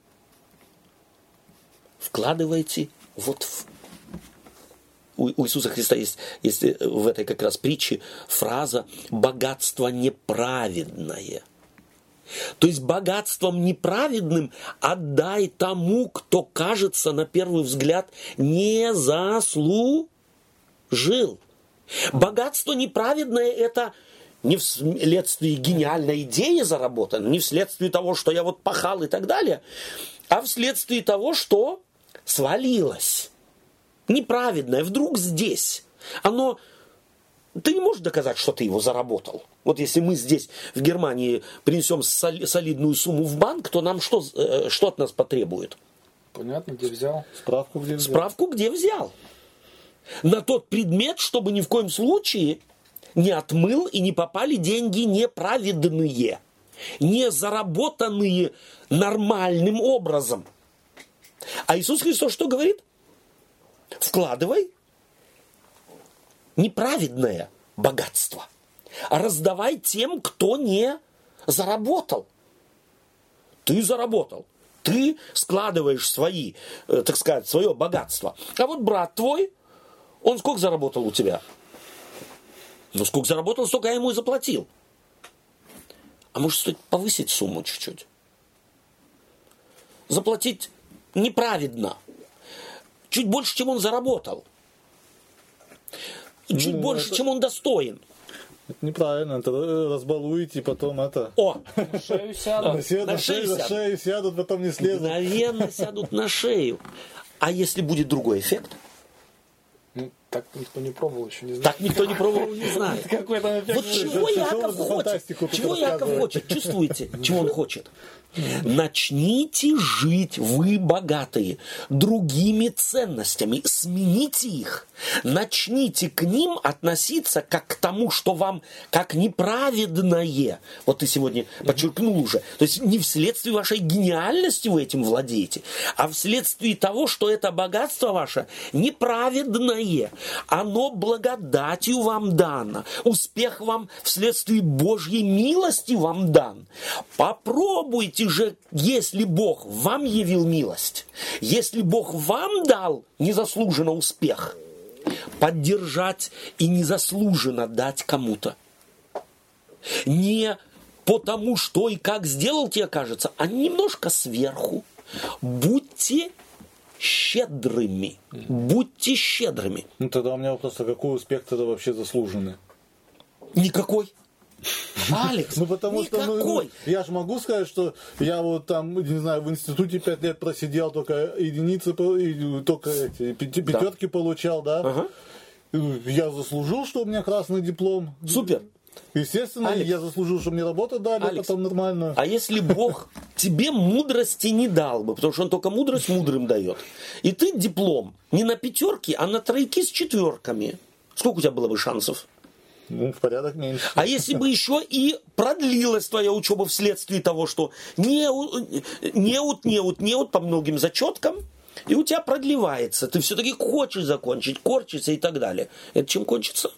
Вкладывайте вот в... У, у Иисуса Христа есть, есть в этой как раз притче фраза «богатство неправедное». То есть богатством неправедным отдай тому, кто, кажется, на первый взгляд, не заслужил. Богатство неправедное – это не вследствие гениальной идеи заработано, не вследствие того, что я вот пахал и так далее, а вследствие того, что свалилось. Неправедное вдруг здесь. Оно... Ты не можешь доказать, что ты его заработал. Вот если мы здесь, в Германии, принесем соли- солидную сумму в банк, то нам что, э, что от нас потребует? Понятно, где взял. Справку, где взял. Справку, где взял. На тот предмет, чтобы ни в коем случае не отмыл и не попали деньги неправедные, не заработанные нормальным образом. А Иисус Христос что говорит? Вкладывай неправедное богатство, а раздавай тем, кто не заработал. Ты заработал. Ты складываешь свои, э, так сказать, свое богатство. А вот брат твой, он сколько заработал у тебя? Ну, сколько заработал, столько я ему и заплатил. А может, стоит повысить сумму чуть-чуть? Заплатить неправедно. Чуть больше, чем он заработал. Чуть ну, больше, это... чем он достоин. Это неправильно, это разбалуете, потом это... О! На шею сядут. На шею, на шею, сядут. шею сядут, потом не слезут. Мгновенно сядут на шею. А если будет другой эффект? Так никто не пробовал еще, не знаю. Так никто не пробовал, не знает. Вот чего Яков хочет? Чего Яков хочет? Чувствуете, чего он хочет? Начните жить, вы богатые, другими ценностями. Смените их. Начните к ним относиться как к тому, что вам как неправедное. Вот ты сегодня подчеркнул уже. То есть не вследствие вашей гениальности вы этим владеете, а вследствие того, что это богатство ваше неправедное. Оно благодатью вам дано. Успех вам вследствие Божьей милости вам дан. Попробуйте же, если Бог вам явил милость, если Бог вам дал незаслуженно успех, поддержать и незаслуженно дать кому-то. Не потому, что и как сделал тебе кажется, а немножко сверху. Будьте щедрыми. Будьте щедрыми. Ну тогда у меня вопрос, а какой успех тогда вообще заслуженный? Никакой. Алекс, ну потому никакой. что ну, я же могу сказать, что я вот там, не знаю, в институте пять лет просидел, только единицы, только эти пятерки да. получал, да. Ага. Я заслужил, что у меня красный диплом. Супер. Естественно, Алекс, я заслужил, что мне работу дали, Алекс, потом нормально. А если Бог тебе мудрости не дал бы, потому что Он только мудрость мудрым дает, и ты диплом не на пятерки, а на тройки с четверками, сколько у тебя было бы шансов? Ну, в порядок меньше. А если бы еще и продлилась твоя учеба вследствие того, что неут, неут, неут, неут по многим зачеткам, и у тебя продлевается, ты все-таки хочешь закончить, корчиться и так далее. Это чем кончится?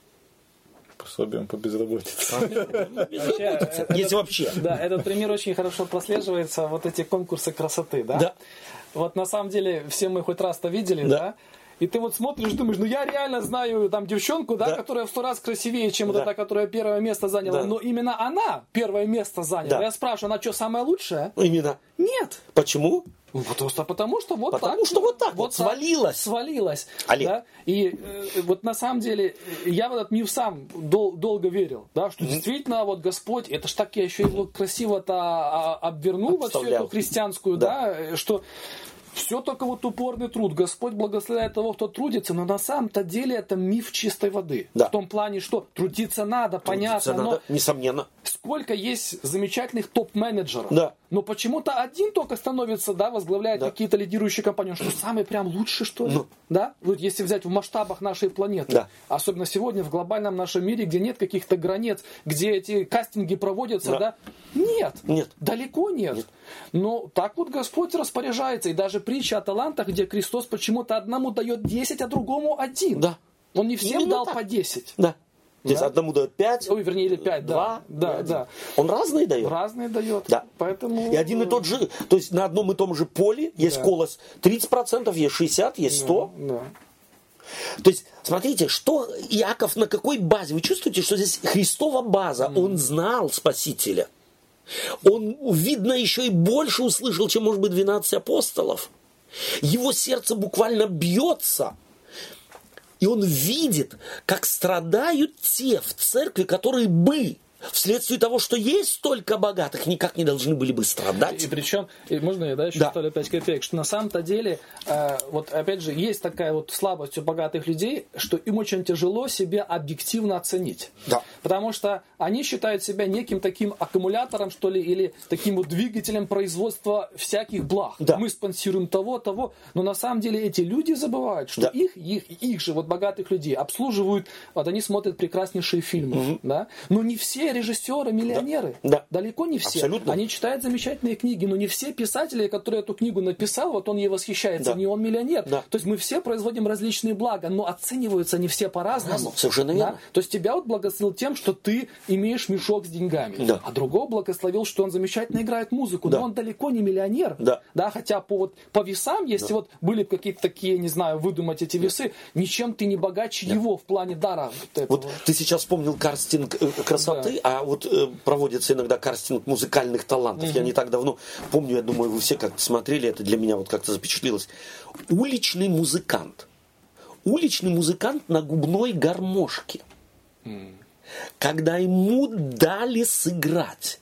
Пособием по безработице. Безработица, если вообще. Да, этот пример очень хорошо прослеживается, вот эти конкурсы красоты, да? Да. Вот на самом деле все мы хоть раз-то видели, да? да? И ты вот смотришь, думаешь, ну я реально знаю там девчонку, да, да. которая в сто раз красивее, чем да. вот эта, которая первое место заняла. Да. Но именно она первое место заняла. Да. Я спрашиваю, она что, самая лучшая? Именно. Нет. Почему? Ну, просто потому что вот потому так. Потому что вот так вот, вот свалилось. Свалилось. Олег. Да? И э, вот на самом деле я в этот миф сам дол- долго верил, да, что mm-hmm. действительно вот Господь, это ж так я еще его красиво-то обвернул во всю эту христианскую, да, да что... Все только вот упорный труд. Господь благословляет того, кто трудится, но на самом-то деле это миф чистой воды. Да. В том плане, что трудиться надо, трудиться понятно. Надо, но несомненно. Сколько есть замечательных топ-менеджеров. Да. Но почему-то один только становится, да, возглавляет да. какие-то лидирующие компании. Что самый прям лучший, что ли? Ну. Да? Вот если взять в масштабах нашей планеты. Да. Особенно сегодня в глобальном нашем мире, где нет каких-то границ, где эти кастинги проводятся, да? да? Нет. Нет. Далеко нет. нет. Но так вот Господь распоряжается. И даже притча о талантах, где Христос почему-то одному дает десять, а другому один. Да. Он не всем Именно дал так. по десять. Да. Здесь да? одному дает пять. Ой, вернее, или пять, два, да. Да, да. Он разные дает. Разные дает. Да. Поэтому... И один и тот же, то есть на одном и том же поле есть да. колос тридцать процентов, есть шестьдесят процентов, есть сто процентов. Да, да. То есть, смотрите, что Иаков, на какой базе? Вы чувствуете, что здесь Христова база? Mm. Он знал Спасителя. Он, видно, еще и больше услышал, чем, может быть, двенадцать апостолов. Его сердце буквально бьется. И он видит, как страдают те в церкви, которые бы, вследствие того, что есть столько богатых, никак не должны были бы страдать. И, и причем, и можно я да, еще да. вставлю пять копеек, что на самом-то деле, э, вот опять же, есть такая вот слабость у богатых людей, что им очень тяжело себя объективно оценить. Да. Потому что они считают себя неким таким аккумулятором, что ли, или таким вот двигателем производства всяких благ. Да. Мы спонсируем того, того. Но на самом деле эти люди забывают, что да. их, их, их же вот богатых людей обслуживают, вот они смотрят прекраснейшие фильмы. Угу. Да? Но не все режиссеры, миллионеры. Да. Да. Далеко не все. Абсолютно. Они читают замечательные книги, но не все писатели, которые эту книгу написал, вот он ей восхищается, да. не он миллионер. Да. То есть мы все производим различные блага, но оцениваются они все по-разному. Совершенно верно. Да? То есть тебя вот благословил тем, что ты имеешь мешок с деньгами. Да. А другого благословил, что он замечательно играет музыку. Да. Но он далеко не миллионер. Да. Да? Хотя по, вот, по весам, если да. вот были какие-то такие, не знаю, выдумать эти весы, ничем ты не богаче да. его в плане дара. Вот, этого. Вот ты сейчас вспомнил кастинг красоты, да. а вот э, проводится иногда кастинг музыкальных талантов. Угу. Я не так давно помню, я думаю, вы все как-то смотрели, это для меня вот как-то запечатлелось. Уличный музыкант. Уличный музыкант на губной гармошке. Mm. Когда ему дали сыграть,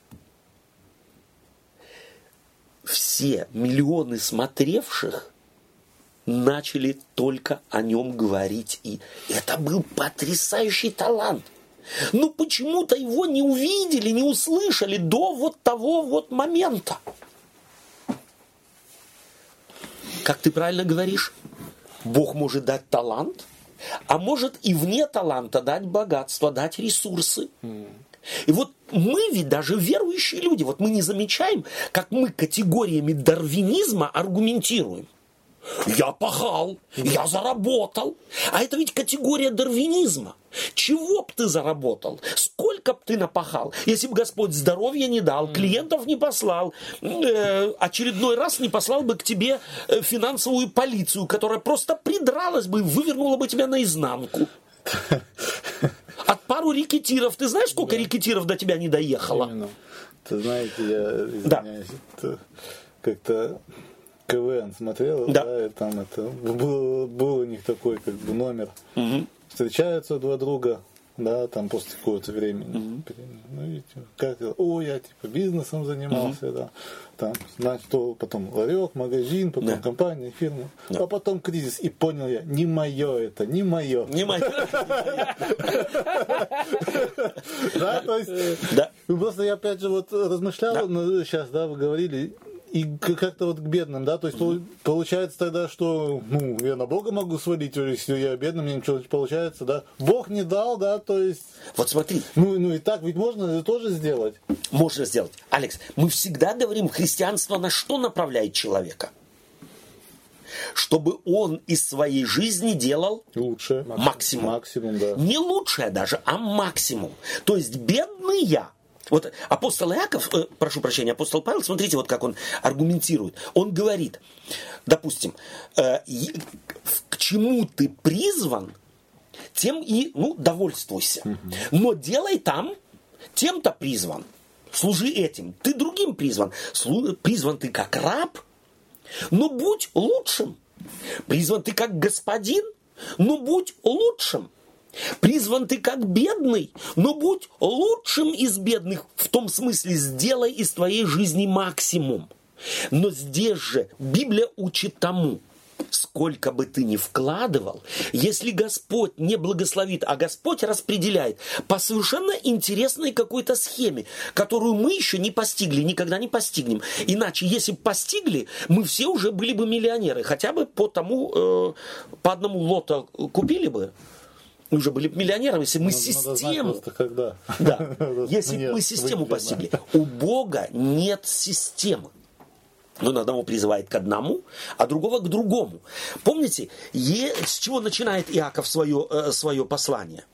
все миллионы смотревших начали только о нем говорить. И это был потрясающий талант. Но почему-то его не увидели, не услышали до вот того вот момента. Как ты правильно говоришь, Бог может дать талант, а может и вне таланта дать богатство, дать ресурсы. И вот мы ведь даже верующие люди, вот мы не замечаем, как мы категориями дарвинизма аргументируем. Я пахал, я заработал. А это ведь категория дарвинизма. Чего б ты заработал? Сколько б ты напахал? Если бы Господь здоровья не дал, клиентов не послал, э, очередной раз не послал бы к тебе финансовую полицию, которая просто придралась бы и вывернула бы тебя наизнанку. От пару рекетиров. Ты знаешь, сколько да. рекетиров до тебя не доехало? Именно. Ты знаете, я извиняюсь, да. как-то КВН смотрел, да, да и там это был, был у них такой как бы номер. Угу. Встречаются два друга, да, там после какого-то времени. Угу. Ну, видите, как, о, я типа бизнесом занимался, угу. да. Там, значит, то, потом ларек, магазин, потом да. компания, фирма. Да. А потом кризис. И понял я, не мое это, не мое. Не мое. Да, то есть, просто я опять же вот размышлял, сейчас, да, вы говорили, и как-то вот к бедным, да, то есть mm-hmm. получается тогда, что, ну, я на Бога могу свалить, если я бедным, мне ничего не получается, да, Бог не дал, да, то есть... Вот смотри. Ну, ну и так ведь можно это тоже сделать. Можно сделать. Алекс, мы всегда говорим, христианство на что направляет человека? Чтобы он из своей жизни делал лучше. Максимум. Максимум, да. Не лучшее даже, а максимум. То есть бедный я. Вот апостол Иаков, э, прошу прощения, апостол Павел, смотрите, вот как он аргументирует. Он говорит, допустим, э, к чему ты призван, тем и, ну, довольствуйся. Угу. Но делай там, тем-то призван. Служи этим. Ты другим призван. Слу, призван ты как раб, но будь лучшим. Призван ты как господин, но будь лучшим. Призван ты как бедный, но будь лучшим из бедных, в том смысле, сделай из твоей жизни максимум. Но здесь же Библия учит тому, сколько бы ты ни вкладывал, если Господь не благословит, а Господь распределяет по совершенно интересной какой-то схеме, которую мы еще не постигли, никогда не постигнем. Иначе, если бы постигли, мы все уже были бы миллионеры, хотя бы по тому, э, по одному лоту купили бы. Мы уже были миллионерами, если мы надо, систему... Надо знать, когда. Да, если бы мы систему постигли. У Бога нет системы. Он одного призывает к одному, а другого к другому. Помните, е... с чего начинает Иаков свое, э, свое послание?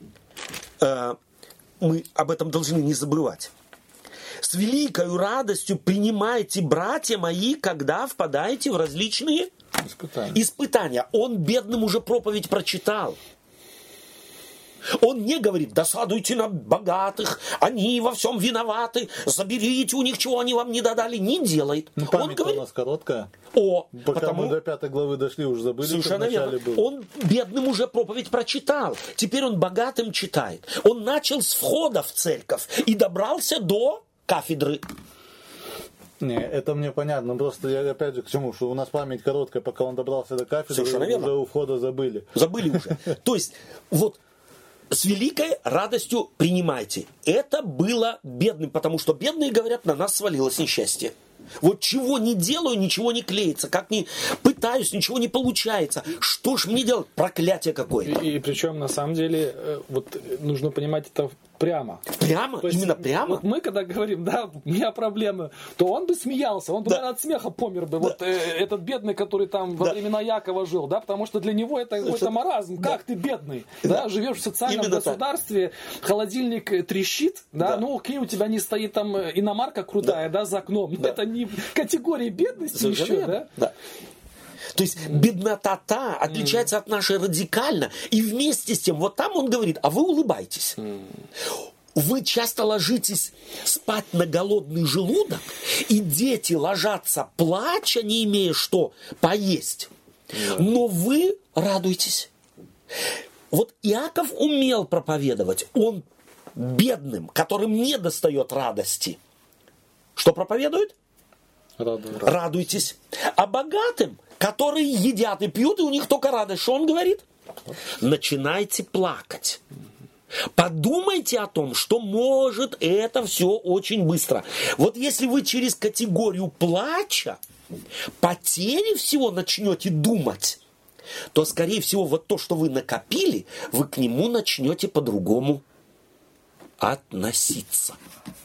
Э, мы об этом должны не забывать. С великою радостью принимайте, братья мои, когда впадаете в различные испытания. испытания. Он бедным уже проповедь прочитал. Он не говорит, досадуйте на богатых, они во всем виноваты, заберите у них, чего они вам не додали. Не делает. Ну, память он говорит, у нас короткая. О, Пока потому... мы до пятой главы дошли, уже забыли, совершенно что вначале верно. было. Он бедным уже проповедь прочитал. Теперь он богатым читает. Он начал с входа в церковь и добрался до кафедры. Не, это мне понятно, просто я опять же к чему, что у нас память короткая, пока он добрался до кафедры, уже у входа забыли. Забыли уже. То есть, вот, с великой радостью принимайте. Это было бедным, потому что бедные говорят, на нас свалилось несчастье. Вот чего не делаю, ничего не клеится. Как ни пытаюсь, ничего не получается. Что ж мне делать? Проклятие какое-то. И, и причем, на самом деле, вот нужно понимать это прямо. Прямо? То есть, именно прямо? Вот мы, когда говорим, да, у меня проблемы, то он бы смеялся, он бы, да. наверное, от смеха помер бы. Да. Вот э, этот бедный, который там во да. времена Якова жил, да, потому что для него это какой-то маразм. Да. Как ты бедный? Да. Да, живешь в социальном именно государстве, так. холодильник трещит, да, да. ну окей, у тебя не стоит там иномарка крутая, да, да за окном. Да. Это не категории бедности совершенно еще, да? Да. То есть беднота отличается mm. от нашей радикально. И вместе с тем, вот там он говорит, а вы улыбайтесь. Mm. Вы часто ложитесь спать на голодный желудок, и дети ложатся плача, не имея что поесть. Mm. Но вы радуйтесь. Вот Иаков умел проповедовать. Он бедным, которым не достает радости. Что проповедует? Радуйтесь. Радуйтесь. А богатым которые едят и пьют, и у них только радость. Что он говорит? Начинайте плакать. Подумайте о том, что может это все очень быстро. Вот если вы через категорию плача, потери всего начнете думать, то, скорее всего, вот то, что вы накопили, вы к нему начнете по-другому относиться.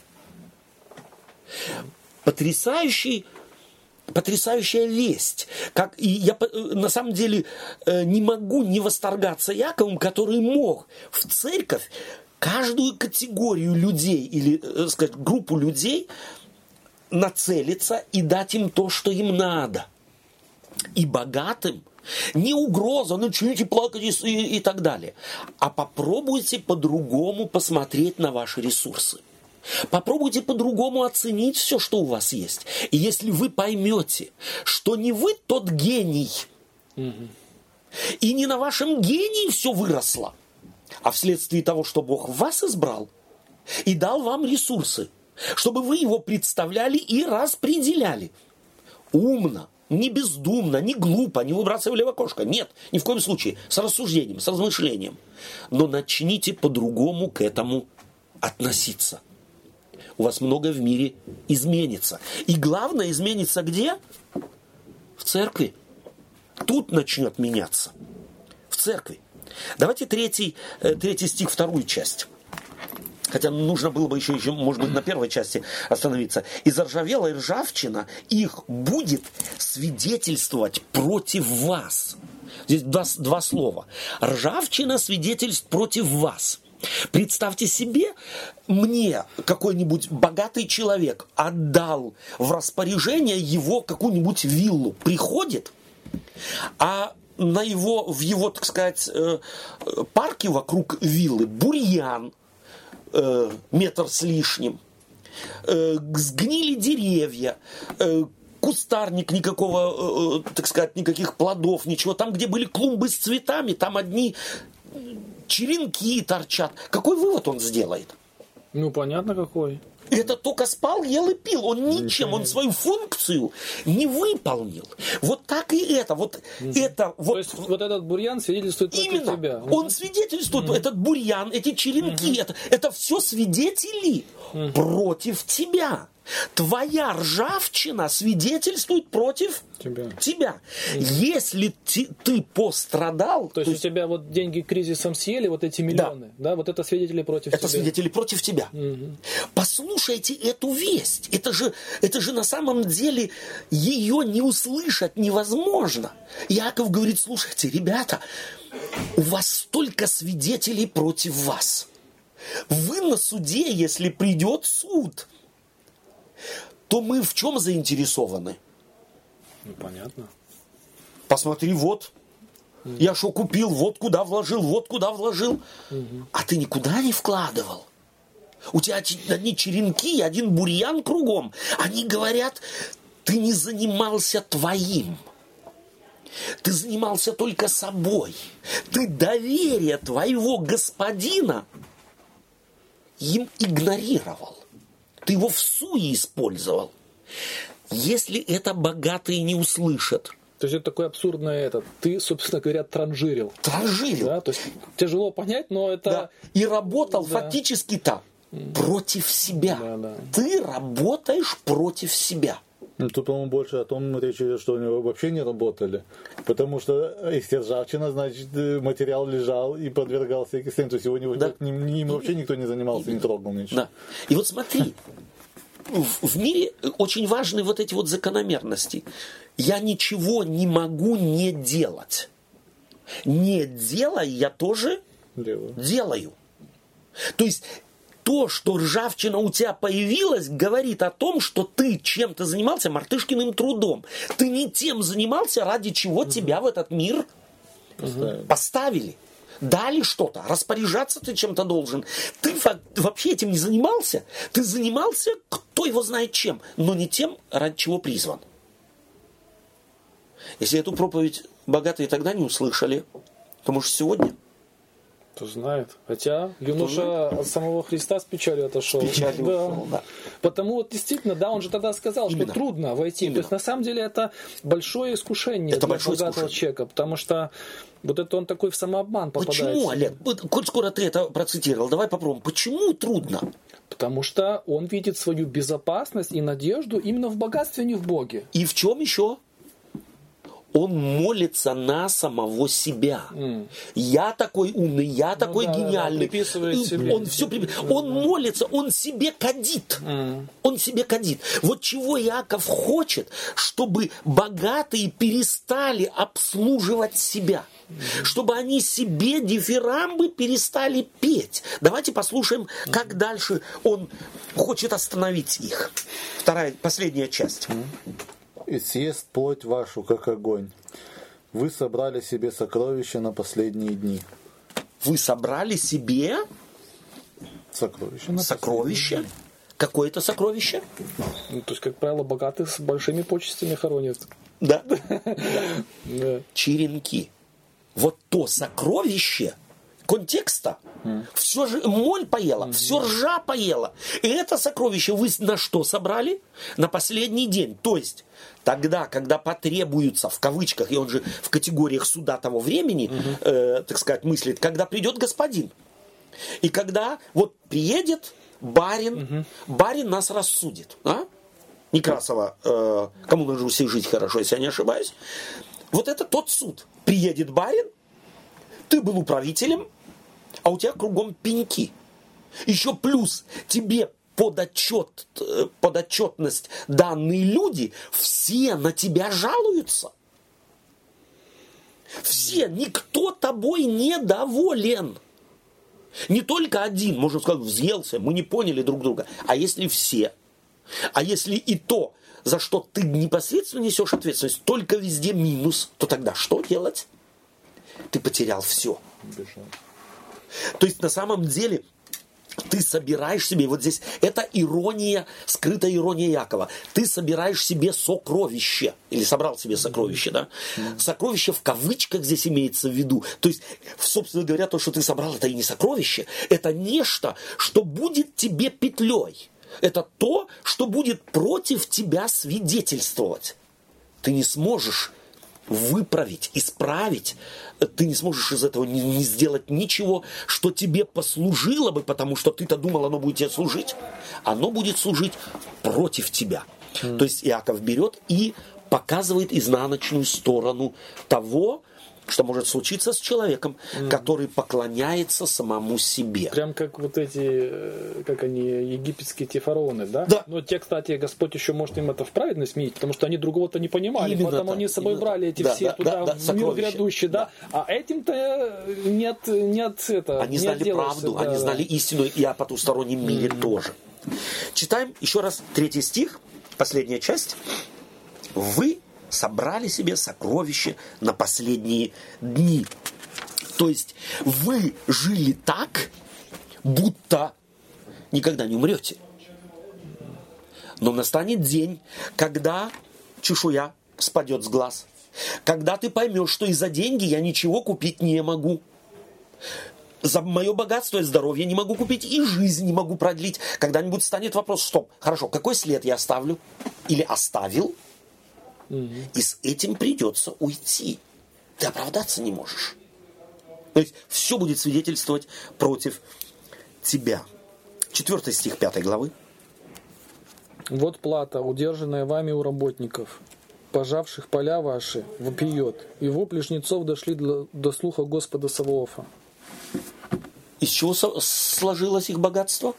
Потрясающий, потрясающая весть. Как, и я на самом деле не могу не восторгаться Яковом, который мог в церковь каждую категорию людей или, так сказать, группу людей нацелиться и дать им то, что им надо. И богатым не угроза, начните плакать и, и так далее. А попробуйте по-другому посмотреть на ваши ресурсы. Попробуйте по-другому оценить все, что у вас есть. И если вы поймете, что не вы тот гений, угу. и не на вашем гении все выросло, а вследствие того, что Бог вас избрал и дал вам ресурсы, чтобы вы его представляли и распределяли умно, не бездумно, не глупо, не выбрасывали в окошко. Нет, ни в коем случае. С рассуждением, с размышлением. Но начните по-другому к этому относиться. У вас многое в мире изменится. И главное, изменится где? В церкви. Тут начнет меняться. В церкви. Давайте третий, третий стих, вторую часть. Хотя нужно было бы еще, еще, может быть, на первой части остановиться. «И заржавелая ржавчина их будет свидетельствовать против вас». Здесь два, два слова. Ржавчина свидетельствует против вас. Представьте себе, мне какой-нибудь богатый человек отдал в распоряжение его какую-нибудь виллу. Приходит, а на его, в его, так сказать, парке вокруг виллы бурьян, метр с лишним, сгнили деревья, кустарник никакого, так сказать, никаких плодов, ничего. Там, где были клумбы с цветами, там одни черенки торчат. Какой вывод он сделает? Ну, понятно, какой. Это только спал, ел и пил. Он ничем, он свою функцию не выполнил. Вот так и это. Вот mm-hmm. это вот... То есть вот этот бурьян свидетельствует против Именно. тебя. Он свидетельствует, mm-hmm. этот бурьян, эти черенки, mm-hmm. это, это все свидетели mm-hmm. против тебя. Твоя ржавчина свидетельствует против тебя. тебя. Mm-hmm. Если ты, ты пострадал... То, то есть, есть у тебя вот деньги кризисом съели, вот эти миллионы, да, да вот это свидетели против это тебя. Это свидетели против тебя. Mm-hmm. Послушайте эту весть. Это же, это же на самом деле ее не услышать невозможно. Иаков говорит, слушайте, ребята, у вас столько свидетелей против вас. Вы на суде, если придет суд, то мы в чем заинтересованы? Ну, понятно. Посмотри, вот. Mm-hmm. Я что купил, вот куда вложил, вот куда вложил. Mm-hmm. А ты никуда не вкладывал. У тебя одни черенки, один бурьян кругом. Они говорят, ты не занимался твоим. Ты занимался только собой. Ты доверие твоего господина им игнорировал. Ты его в суе использовал. Если это богатые не услышат. То есть это такое абсурдное это. Ты, собственно говоря, транжирил. Транжирил. Да? То есть тяжело понять, но это... Да. И работал да. фактически-то mm. против себя. Да, да. Ты работаешь против себя. Ну, тут, по-моему, больше о том речь идет, что они вообще не работали. Потому что если ржавчина, значит, материал лежал и подвергался экстрему. То есть его не, да. ним, ним вообще никто не занимался, не трогал ничего. Да. И вот смотри, в, в мире очень важны вот эти вот закономерности. Я ничего не могу не делать. Не делай, я тоже делаю. делаю. То есть то, что ржавчина у тебя появилась, говорит о том, что ты чем-то занимался мартышкиным трудом. Ты не тем занимался, ради чего угу. тебя в этот мир угу. поставили. Дали что-то. Распоряжаться ты чем-то должен. Ты вообще этим не занимался. Ты занимался, кто его знает чем, но не тем, ради чего призван. Если эту проповедь богатые тогда не услышали, то, может, сегодня Кто знает. Хотя юноша от самого Христа с печалью отошел. С печалью да. ушел, да. Потому вот действительно, да, он же тогда сказал, Именно. что трудно войти. Именно. То есть на самом деле это большое искушение это для большое богатого искушение. человека. Потому что вот это он такой в самообман попадает. Почему, Олег? Коль скоро ты это процитировал, давай попробуем. Почему трудно? Потому что он видит свою безопасность и надежду именно в богатстве, а не в Боге. И в чем еще? Он молится на самого себя. Mm. Я такой умный, я ну такой да, гениальный. Да, да, он все припи... Он молится, он себе кадит. Mm. Он себе кадит. Вот чего Иаков хочет, чтобы богатые перестали обслуживать себя. Mm. Чтобы они себе дифирамбы перестали петь. Давайте послушаем, mm. как дальше он хочет остановить их. Вторая, последняя часть. Mm. «И съест плоть вашу, как огонь. Вы собрали себе сокровища на последние дни». Вы собрали себе сокровища? На сокровища? Какое это сокровище? Ну, то есть, как правило, богатых с большими почестями хоронят. Да. Черенки. Вот то сокровище контекста. Mm. Все же моль поела, mm-hmm. все ржа поела. И это сокровище вы на что собрали? На последний день. То есть, тогда, когда потребуются, в кавычках, и он же в категориях суда того времени, mm-hmm. э, так сказать, мыслит, когда придет господин. И когда вот приедет барин, mm-hmm. барин нас рассудит. А? Некрасова, э, кому нужно всей жить хорошо, если я не ошибаюсь. Вот это тот суд. Приедет барин, ты был управителем, а у тебя кругом пеньки. Еще плюс тебе под, отчет, под отчетность данные люди, все на тебя жалуются. Все, никто тобой недоволен. Не только один, можно сказать, взъелся, мы не поняли друг друга. А если все? А если и то, за что ты непосредственно несешь ответственность, только везде минус, то тогда что делать? Ты потерял все. То есть на самом деле ты собираешь себе, вот здесь это ирония, скрытая ирония Иакова. Ты собираешь себе сокровище, или собрал себе сокровище, да? Сокровище в кавычках здесь имеется в виду. То есть, собственно говоря, то, что ты собрал, это и не сокровище, это нечто, что будет тебе петлей. Это то, что будет против тебя свидетельствовать. Ты не сможешь выправить, исправить, ты не сможешь из этого не, не сделать ничего, что тебе послужило бы, потому что ты-то думал, оно будет тебе служить. Оно будет служить против тебя. Mm. То есть Иаков берет и показывает изнаночную сторону того, что может случиться с человеком, mm. который поклоняется самому себе. Прям как вот эти, как они, египетские те фараоны, да? Да. Но те, кстати, Господь еще может им это в праведность сменить, потому что они другого-то не понимали, именно потому так, они с собой брали эти да, все да, туда, да, в да, мир грядущий, да? да? А этим-то нет, нет это. Они не знали правду, да, они да. знали истину и о потустороннем мире mm. тоже. Читаем еще раз третий стих, последняя часть. Вы собрали себе сокровища на последние дни. То есть вы жили так, будто никогда не умрете. Но настанет день, когда чешуя спадет с глаз. Когда ты поймешь, что из-за деньги я ничего купить не могу. За мое богатство и здоровье не могу купить, и жизнь не могу продлить. Когда-нибудь станет вопрос, стоп, хорошо, какой след я оставлю? Или оставил? Mm-hmm. И с этим придется уйти. Ты оправдаться не можешь. То есть все будет свидетельствовать против тебя. Четвертый стих пятой главы. Вот плата, удержанная вами у работников, пожавших поля ваши, вопиет, и вопли жнецов дошли до, до слуха Господа Саваофа. Из чего со- сложилось их богатство?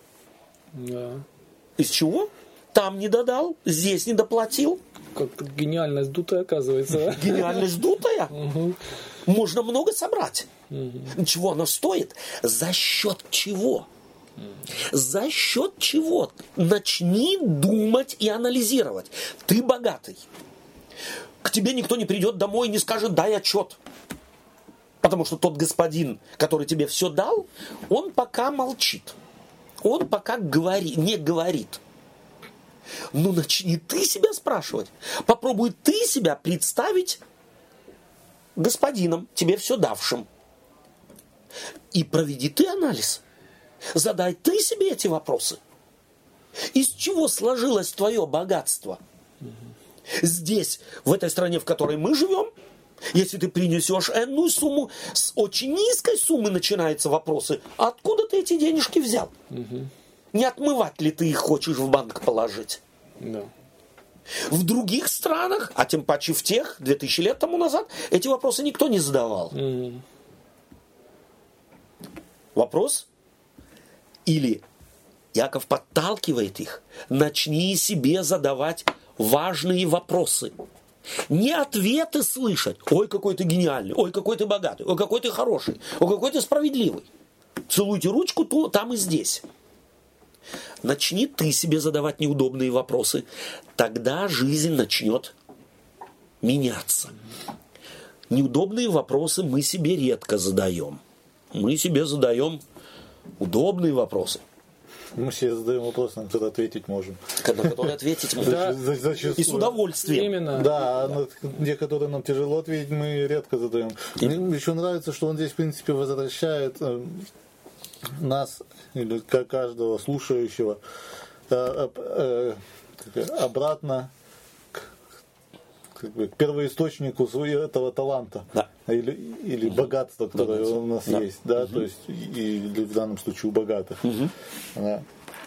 Да. Из чего? Там не додал, здесь не доплатил. Как гениальность дутая, оказывается. Гениальность дутая? Угу. Можно много собрать. Угу. Чего оно стоит? За счет чего? Угу. За счет чего? Начни думать и анализировать. Ты богатый. К тебе никто не придет домой и не скажет: дай отчет. Потому что тот господин, который тебе все дал, он пока молчит. Он пока говори, не говорит. Ну, начни ты себя спрашивать. Попробуй ты себя представить господином, тебе все давшим. И проведи ты анализ. Задай ты себе эти вопросы. Из чего сложилось твое богатство? Здесь, в этой стране, в которой мы живем, если ты принесешь энную сумму, с очень низкой суммы начинаются вопросы. Откуда ты эти денежки взял? Угу. Не отмывать ли ты их хочешь в банк положить? Да. В других странах, а тем паче в тех, две тысячи лет тому назад, эти вопросы никто не задавал. Угу. Вопрос? Или Иаков подталкивает их, начни себе задавать важные вопросы. Не ответы слышать. Ой, какой ты гениальный, ой, какой ты богатый, ой, какой ты хороший, ой, какой ты справедливый. Целуйте ручку ту, там и здесь. Начни ты себе задавать неудобные вопросы. Тогда жизнь начнет меняться. Неудобные вопросы мы себе редко задаем. Мы себе задаем удобные вопросы. Мы себе задаем вопросы, на которые ответить можем. На которые ответить можем. Да. И с удовольствием. Именно. Да, а те, которые нам тяжело ответить, мы редко задаем. Мне еще нравится, что он здесь, в принципе, возвращает нас, или каждого слушающего, обратно к первоисточнику этого таланта. Да. Или, или богатства, которое да, у нас да. есть, да, угу. То есть, или в данном случае у богатых. Угу. Да.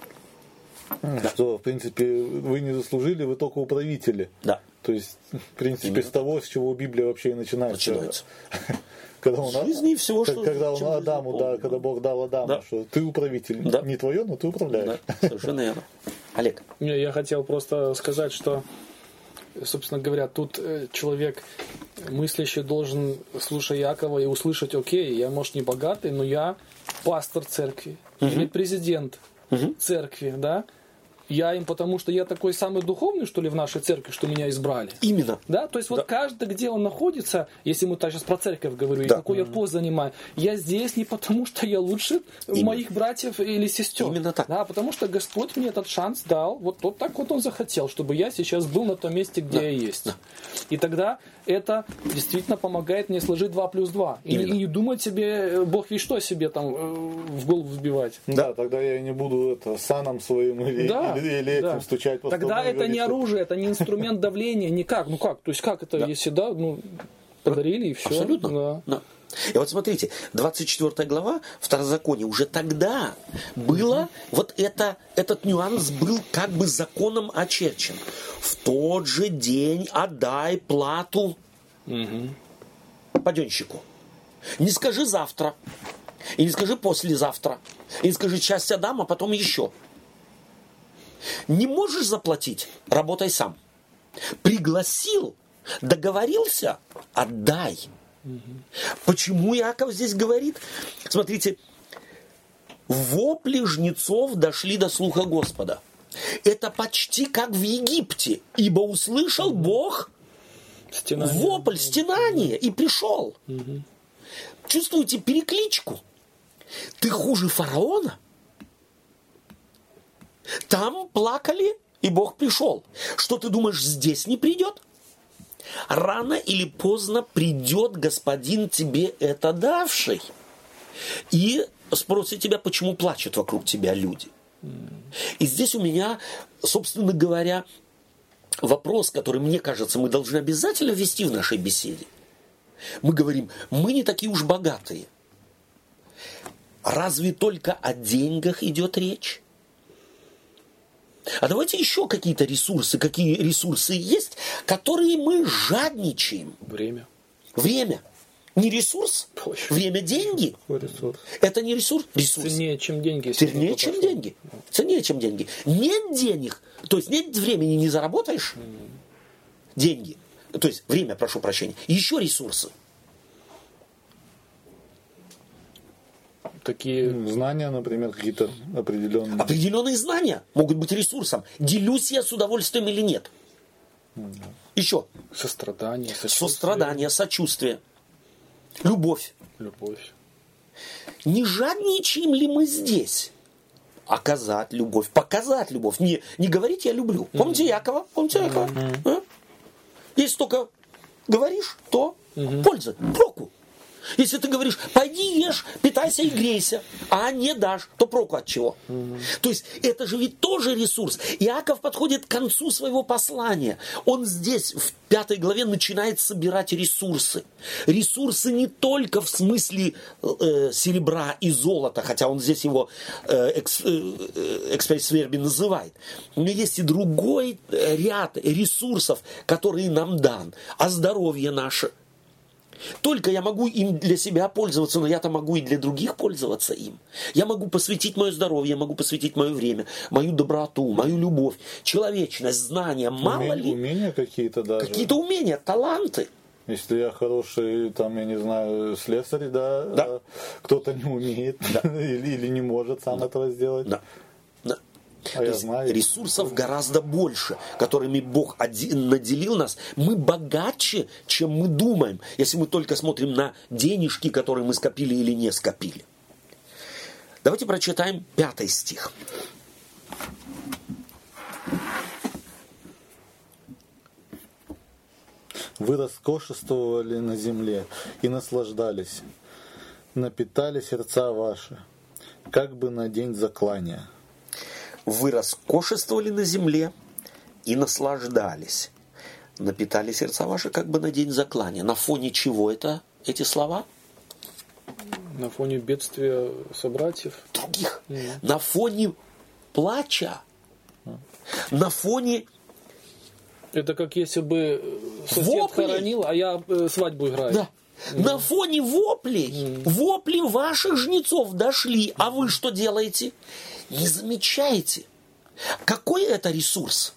Да. Что, в принципе, вы не заслужили, вы только управители. Да. То есть, в принципе, Именно. с того, с чего Библия вообще и начинается. Начинается. Когда он, жизни всего, что, когда он Адаму, да, когда Бог дал Адаму, да. что ты управитель, да. не твое, но ты управляешь. Да. Совершенно верно. Олег. Я хотел просто сказать, что, собственно говоря, тут человек мыслящий должен, слушая Иакова, и услышать: окей, я, может, не богатый, но я пастор церкви, угу. или президент угу. церкви, да? Я им, потому что я такой самый духовный, что ли, в нашей церкви, что меня избрали. Именно. Да, то есть да. вот каждый, где он находится, если мы так сейчас про церковь говорю, да. и какой mm-hmm. я пост занимаю, я здесь не потому, что я лучше Именно. моих братьев или сестер. Именно так. Да, потому что Господь мне этот шанс дал, вот, вот так вот Он захотел, чтобы я сейчас был на том месте, где да. я есть. Да. И тогда это действительно помогает мне сложить два плюс два. И, и не думать себе, Бог ведь что себе там в голову вбивать. Да, тогда я не буду это саном своим или, да, или, или этим да. стучать по Тогда это говорить, не оружие, это не инструмент давления, никак. Ну как? То есть как это, да. если да, ну подарили и все. Абсолютно. Да. Да. И вот смотрите, двадцать четвёртая глава Второзакония, уже тогда было, вот это, этот нюанс был как бы законом очерчен. В тот же день отдай плату угу. паденщику. Не скажи завтра, и не скажи послезавтра, и не скажи часть отдам, а потом еще. Не можешь заплатить, работай сам. Пригласил, договорился, отдай. Угу. Почему Иаков здесь говорит? Смотрите, вопли жнецов дошли до слуха Господа. Это почти как в Египте, ибо услышал Бог стенание. Вопль, стенание, и пришел. Угу. Чувствуете перекличку? Ты хуже фараона? Там плакали, и Бог пришел. Что ты думаешь, здесь не придет? Рано или поздно придет господин тебе это давший и спросит тебя, почему плачут вокруг тебя люди. И здесь у меня, собственно говоря, вопрос, который, мне кажется, мы должны обязательно ввести в нашей беседе. Мы говорим, мы не такие уж богатые. Разве только о деньгах идет речь? А давайте еще какие-то ресурсы, какие ресурсы есть, которые мы жадничаем. Время. Время. Не ресурс. Ой. Время – деньги. Ресурс. Это не ресурс. Ресурс. Ценнее, чем деньги. Ценнее, чем пошел. деньги. Ценнее, чем деньги. Нет денег, то есть нет времени, не заработаешь. Mm. Деньги. То есть время, прошу прощения. Еще ресурсы. Такие знания, например, какие-то определенные. Определенные знания могут быть ресурсом. Делюсь я с удовольствием или нет. Mm. Еще. Сострадание, сочувствие. Сострадание, сочувствие. Любовь. Любовь. Не жадничаем ли мы здесь? Оказать любовь, показать любовь. Не, не говорить «я люблю». Помните Иакова? Помните Иакова? Mm-hmm. А? Если только говоришь, то mm-hmm. польза, проку. Если ты говоришь, пойди ешь, питайся и грейся, а не дашь, то проку от чего? Угу. То есть это же ведь тоже ресурс. Иаков подходит к концу своего послания. Он здесь в пятой главе начинает собирать ресурсы. Ресурсы не только в смысле э, серебра и золота, хотя он здесь его э, экс, э, экспресс-верби называет. Но есть и другой ряд ресурсов, которые нам дан. А здоровье наше. Только я могу им для себя пользоваться, но я-то могу и для других пользоваться им. Я могу посвятить мое здоровье, я могу посвятить мое время, мою доброту, мою любовь, человечность, знания, мало Умения, ли. Умения какие-то даже. Какие-то умения, таланты. Если я хороший, там, я не знаю, слесарь, да, да. а кто-то не умеет да. или, или не может сам да. этого сделать. Да. Да. А я знаю. Ресурсов гораздо больше, которыми Бог наделил нас. Мы богаче, чем мы думаем, если мы только смотрим на денежки, которые мы скопили или не скопили. Давайте прочитаем пятый стих. Вы роскошествовали на земле и наслаждались, напитали сердца ваши, как бы на день заклания. Вы роскошествовали на земле и наслаждались, напитали сердца ваши, как бы на день заклания. На фоне чего это, эти слова? На фоне бедствия собратьев. Других. Mm. На фоне плача. Mm. На фоне... Это как если бы сосед воплей. Хоронил, а я свадьбу играю. Да. Mm. На фоне воплей, mm. вопли ваших жнецов дошли, а вы что делаете? Не замечаете. Какой это ресурс?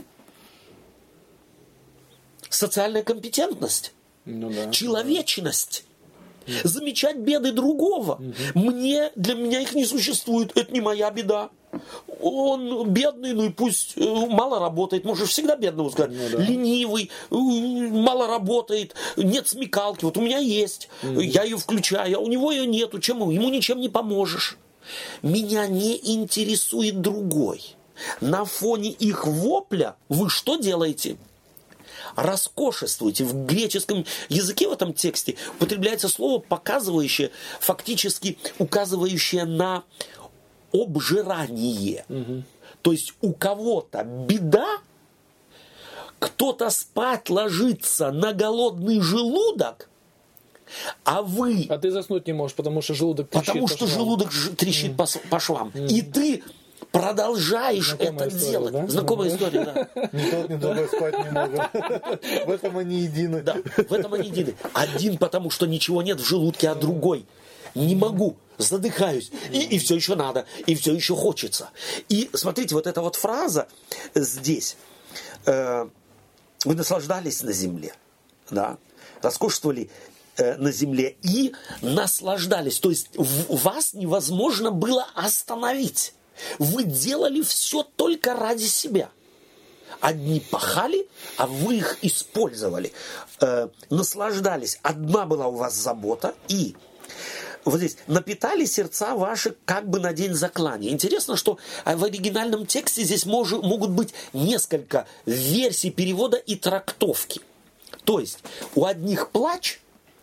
Социальная компетентность, ну, да, человечность. Да. Замечать беды другого. Угу. Мне, для меня их не существует. Это не моя беда. Он бедный, ну и пусть мало работает. Можешь всегда бедного сказать. Ну, да. Ленивый, мало работает, нет смекалки. Вот у меня есть. Угу. Я ее включаю, а у него ее нету. Чему? Ему ничем не поможешь. Меня не интересует другой. На фоне их вопля вы что делаете? Роскошествуете. В греческом языке в этом тексте употребляется слово, показывающее, фактически указывающее на обжирание. Угу. То есть у кого-то беда, кто-то спать ложится на голодный желудок, а вы... А ты заснуть не можешь, потому что желудок трещит Потому что желудок трещит mm. по, по швам. Mm. И ты продолжаешь Знакомая это история, делать. Да? Знакомая история, да. Ни тот, ни другой спать не можем. В этом они едины. Да, в этом они едины. Один потому, что ничего нет в желудке, а другой не могу, задыхаюсь. И, и все еще надо, и все еще хочется. И смотрите, вот эта вот фраза здесь. Э, вы наслаждались на земле, да, роскошествовали на земле и наслаждались. То есть вас невозможно было остановить. Вы делали все только ради себя. Одни пахали, а вы их использовали. Э, наслаждались. Одна была у вас забота. И вот здесь напитали сердца ваши как бы на день заклания. Интересно, что в оригинальном тексте здесь мож, могут быть несколько версий перевода и трактовки. То есть у одних плач.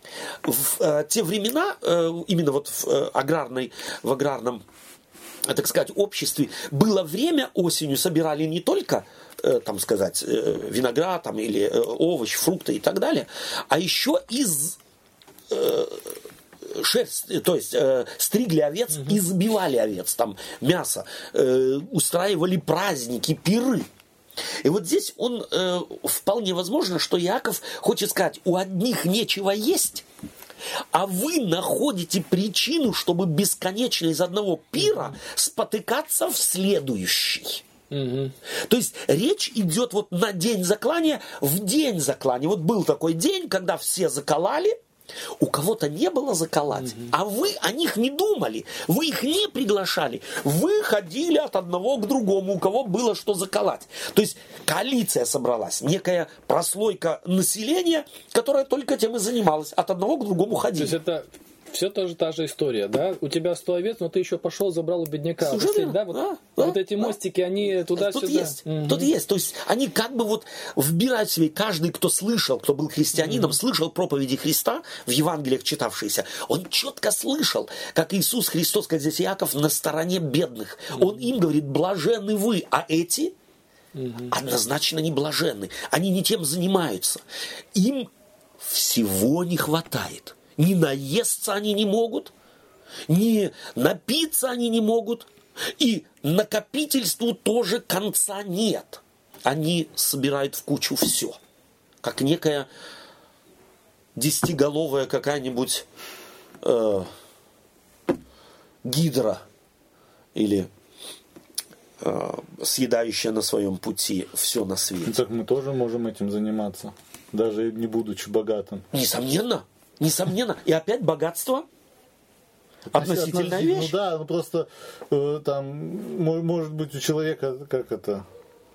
В э, те времена, э, именно вот в, э, аграрной, в аграрном, э, так сказать, обществе, было время осенью, собирали не только, э, там сказать, э, виноград там, или э, овощи, фрукты и так далее, а еще из э, шерсти, то есть э, стригли овец угу. и забивали овец, там мясо, э, устраивали праздники, пиры. И вот здесь он э, вполне возможно, что Иаков хочет сказать, у одних нечего есть, а вы находите причину, чтобы бесконечно из одного пира спотыкаться в следующий. Угу. То есть речь идет вот на день заклания, в день заклания. Вот был такой день, когда все заколали, у кого-то не было заколать, угу. а вы о них не думали, вы их не приглашали, вы ходили от одного к другому, у кого было что заколать. То есть коалиция собралась, некая прослойка населения, которая только тем и занималась, от одного к другому ходили. То есть это Все тоже та же история, да? У тебя сто овец, но ты еще пошел, забрал у бедняка. Слушай, да? Вот, да, вот да, эти да. мостики, они туда-сюда. Тут есть, угу. тут есть. То есть они как бы вот вбирают в себе, каждый, кто слышал, кто был христианином, угу. слышал проповеди Христа в Евангелиях читавшиеся, он четко слышал, как Иисус Христос, как здесь Иаков, на стороне бедных. Угу. Он им говорит, блаженны вы, а эти угу. однозначно не блаженны. Они не тем занимаются. Им всего не хватает. Ни наесться они не могут, ни напиться они не могут, и накопительству тоже конца нет. Они собирают в кучу все, как некая десятиголовая какая-нибудь э, гидра или э, съедающая на своем пути все на свете. Так мы тоже можем этим заниматься, даже не будучи богатым. Несомненно. Несомненно. И опять богатство относительная вещь. Ну да, ну просто э, там может быть у человека, как это,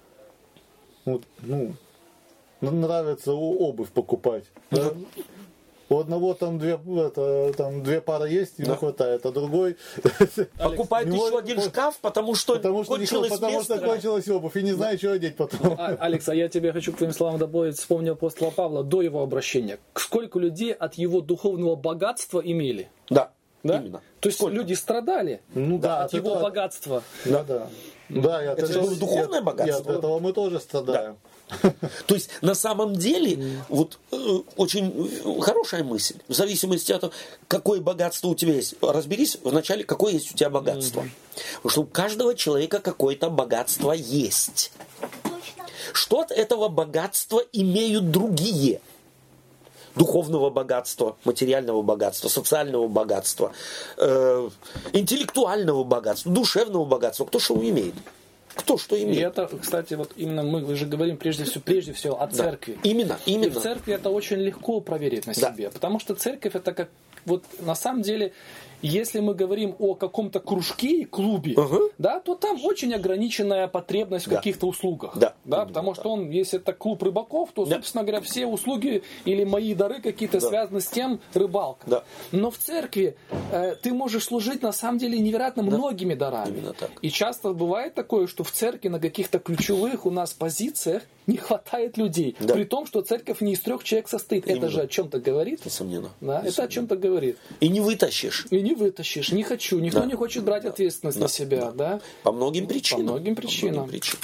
вот, ну, нравится обувь покупать. Да? У одного там две, это, там две пары есть, ему да. хватает, а другой покупает еще может, один шкаф, потому что потому что, кончилось потому место. что кончилась обувь и не знаю, что одеть потом. А, Алекс, а я тебе хочу к твоим словам добавить, вспомнил апостола Павла до его обращения. Сколько людей от его духовного богатства имели? Да, да? именно. То есть Сколько? Люди страдали ну, да, от, от его этого... богатства. Да, да. Да, я это же было духовное я, богатство. И от этого мы тоже страдаем. Да. То есть на самом деле вот э, очень хорошая мысль. В зависимости от того, какое богатство у тебя есть. Разберись вначале, какое есть у тебя богатство. Потому что у каждого человека какое-то богатство есть. Что от этого богатства имеют другие? Духовного богатства, материального богатства, социального богатства, э, интеллектуального богатства, душевного богатства. Кто что имеет? Кто что имеет? И это, кстати, вот именно мы же говорим прежде всего, прежде всего о церкви. Да, именно, именно. И в церкви это очень легко проверить на себе. Да. Потому что церковь это как, вот на самом деле, если мы говорим о каком-то кружке и клубе, uh-huh. да, то там очень ограниченная потребность в да. каких-то услугах. Да. Да, потому что он, если это клуб рыбаков, то, да. собственно говоря, все услуги или мои дары какие-то да. связаны с тем рыбалка. Да. Но в церкви э, ты можешь служить на самом деле невероятно да. многими дарами. И часто бывает такое, что в церкви на каких-то ключевых у нас позициях не хватает людей. Да. При том, что церковь не из трех человек состоит. Именно. Это же о чем-то говорит. Несомненно. Да, Несомненно. Это о чем-то говорит. И не вытащишь. И не вытащишь. Не хочу. Никто да. не хочет брать ответственность да. на себя. Да. Да? По многим причинам. По многим причинам. По многим причинам.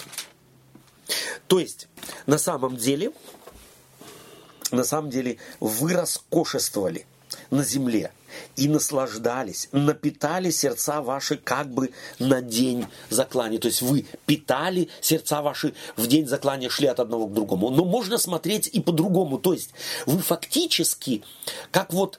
То есть, на самом деле, на самом деле, вы роскошествовали на земле и наслаждались, напитали сердца ваши как бы на день заклания. То есть вы питали сердца ваши в день заклания, шли от одного к другому. Но можно смотреть и по-другому. То есть вы фактически как вот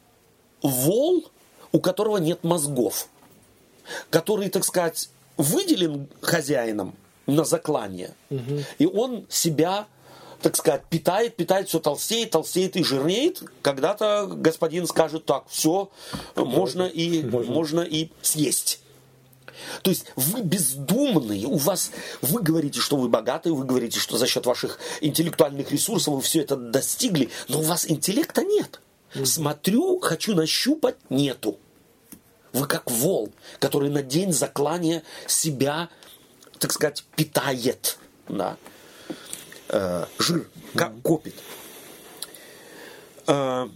вол, у которого нет мозгов, который, так сказать, выделен хозяином на заклание, угу. и он себя, так сказать, питает, питает, все толстеет, толстеет и жирнеет. Когда-то господин скажет, так, все, можно и, можно. можно и съесть. То есть вы бездумные, у вас, вы говорите, что вы богатые, вы говорите, что за счет ваших интеллектуальных ресурсов вы все это достигли, но у вас интеллекта нет. Mm-hmm. Смотрю, хочу нащупать, нету. Вы как вол, который на день заклания себя, так сказать, питает, да. Э, жир как копит. Э,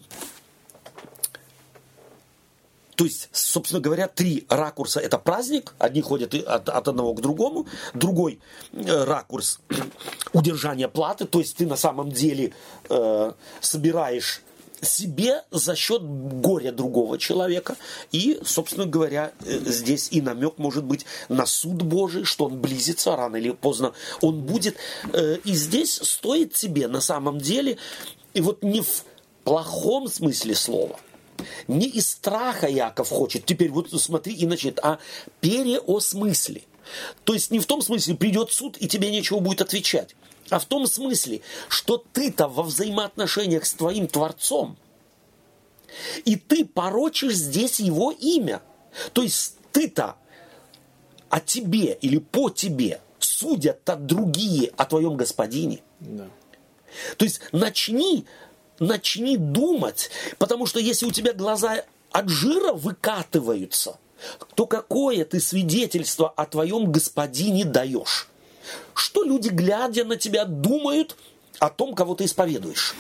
то есть, собственно говоря, три ракурса – это праздник. Одни ходят от, от одного к другому. Другой э, ракурс – удержание платы. То есть, ты на самом деле э, собираешь себе за счет горя другого человека. И, собственно говоря, здесь и намек может быть на суд Божий, что он близится, рано или поздно он будет. И здесь стоит тебе на самом деле, и вот не в плохом смысле слова, не из страха Иаков хочет, теперь вот смотри и начнет, а переосмысли. То есть не в том смысле, придет суд и тебе нечего будет отвечать, а в том смысле, что ты-то во взаимоотношениях с твоим Творцом, и ты порочишь здесь его имя. То есть ты-то о тебе или по тебе судят-то другие о твоем господине. Да. То есть начни, начни думать, потому что если у тебя глаза от жира выкатываются, то какое ты свидетельство о твоем господине даешь? Что люди, глядя на тебя, думают о том, кого ты исповедуешь?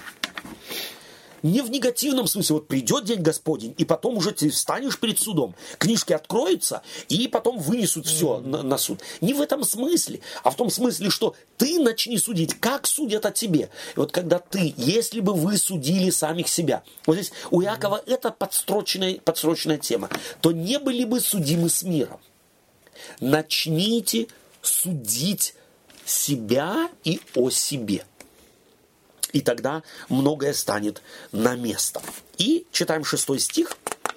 Не в негативном смысле, вот придет день Господень, и потом уже ты встанешь перед судом, книжки откроются, и потом вынесут все mm-hmm. на, на суд. Не в этом смысле, а в том смысле, что ты начни судить, как судят о тебе. И вот когда ты, если бы вы судили самих себя, вот здесь у Иакова mm-hmm. это подстроченная, подстроченная тема, то не были бы судимы с миром. Начните судить себя и о себе. И тогда многое станет на место. И читаем шестой стих.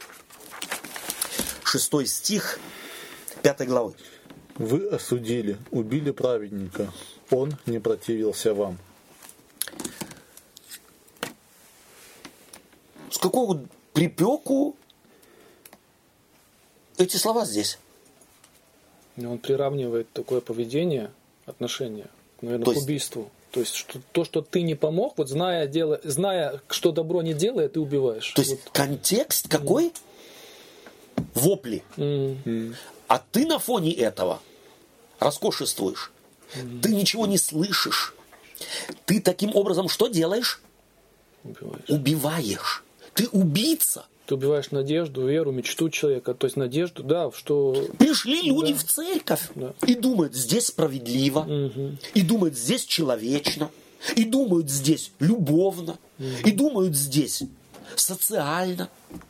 Шестой стих пятой главы. Вы осудили, убили праведника. Он не противился вам. С какого припеку эти слова здесь? Он приравнивает такое поведение, отношение, наверное, к убийству. То есть что, то, что ты не помог, вот зная, дело, зная, что добро не делает, ты убиваешь. То есть вот. Контекст какой? Mm. Вопли. Mm. А ты на фоне этого роскошествуешь. Mm. Ты ничего не слышишь. Ты таким образом что делаешь? Убиваешь. Убиваешь. Ты убийца. Ты убиваешь надежду, веру, мечту человека. То есть надежду, да, что... Пришли люди да. в церковь да. и думают, здесь справедливо, угу. и думают, здесь человечно, и думают, здесь любовно, угу. и думают, здесь социально.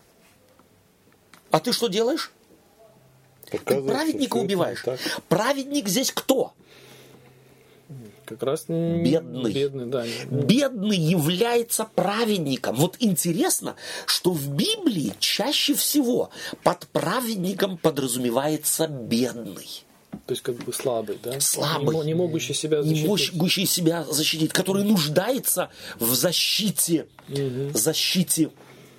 А ты что делаешь? Ты праведника убиваешь. Праведник здесь кто? Как раз бедный. Бедный, да. Бедный является праведником. Вот интересно, что в Библии чаще всего под праведником подразумевается бедный. То есть как бы слабый, да? Слабый. Не, не могущий себя защитить. Не могущий себя защитить, который нуждается в защите, угу. защите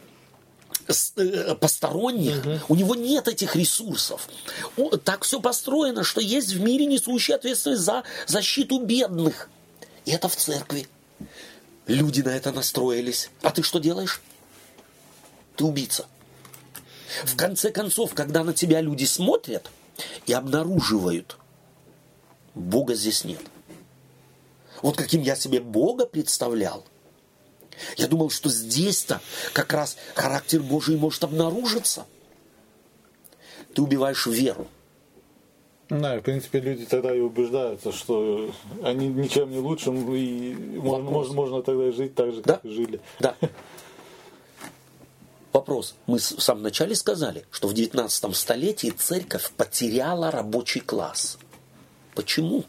посторонних, угу. у него нет этих ресурсов. Так все построено, что есть в мире несущие ответственность за защиту бедных. И это в церкви. Люди на это настроились. А ты что делаешь? Ты убийца. В конце концов, когда на тебя люди смотрят и обнаруживают, Бога здесь нет. Вот каким я себе Бога представлял, я думал, что здесь-то как раз характер Божий может обнаружиться. Ты убиваешь веру. Да, в принципе, люди тогда и убеждаются, что они ничем не лучше, и можно, можно тогда жить так же, как да? и жили. Да. Вопрос. Мы в самом начале сказали, что в девятнадцатом столетии церковь потеряла рабочий класс. Почему?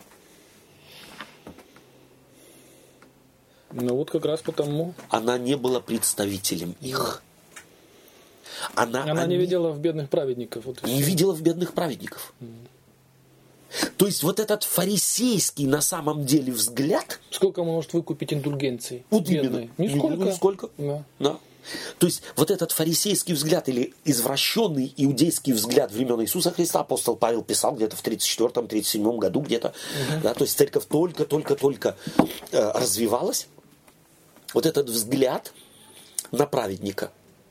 Ну вот как раз потому. Она не была представителем их. Она, Она они... не видела в бедных праведников. Вот не видела в бедных праведников. Mm. То есть вот этот фарисейский на самом деле взгляд... Сколько он может выкупить индульгенций? Вот именно. Нисколько. Нисколько. Да. Да. То есть вот этот фарисейский взгляд или извращенный иудейский взгляд времен Иисуса Христа апостол Павел писал где-то в тридцать четвёртом — тридцать седьмом году где-то. Угу. Да, то есть церковь только-только-только э, развивалась. Вот этот взгляд на праведника.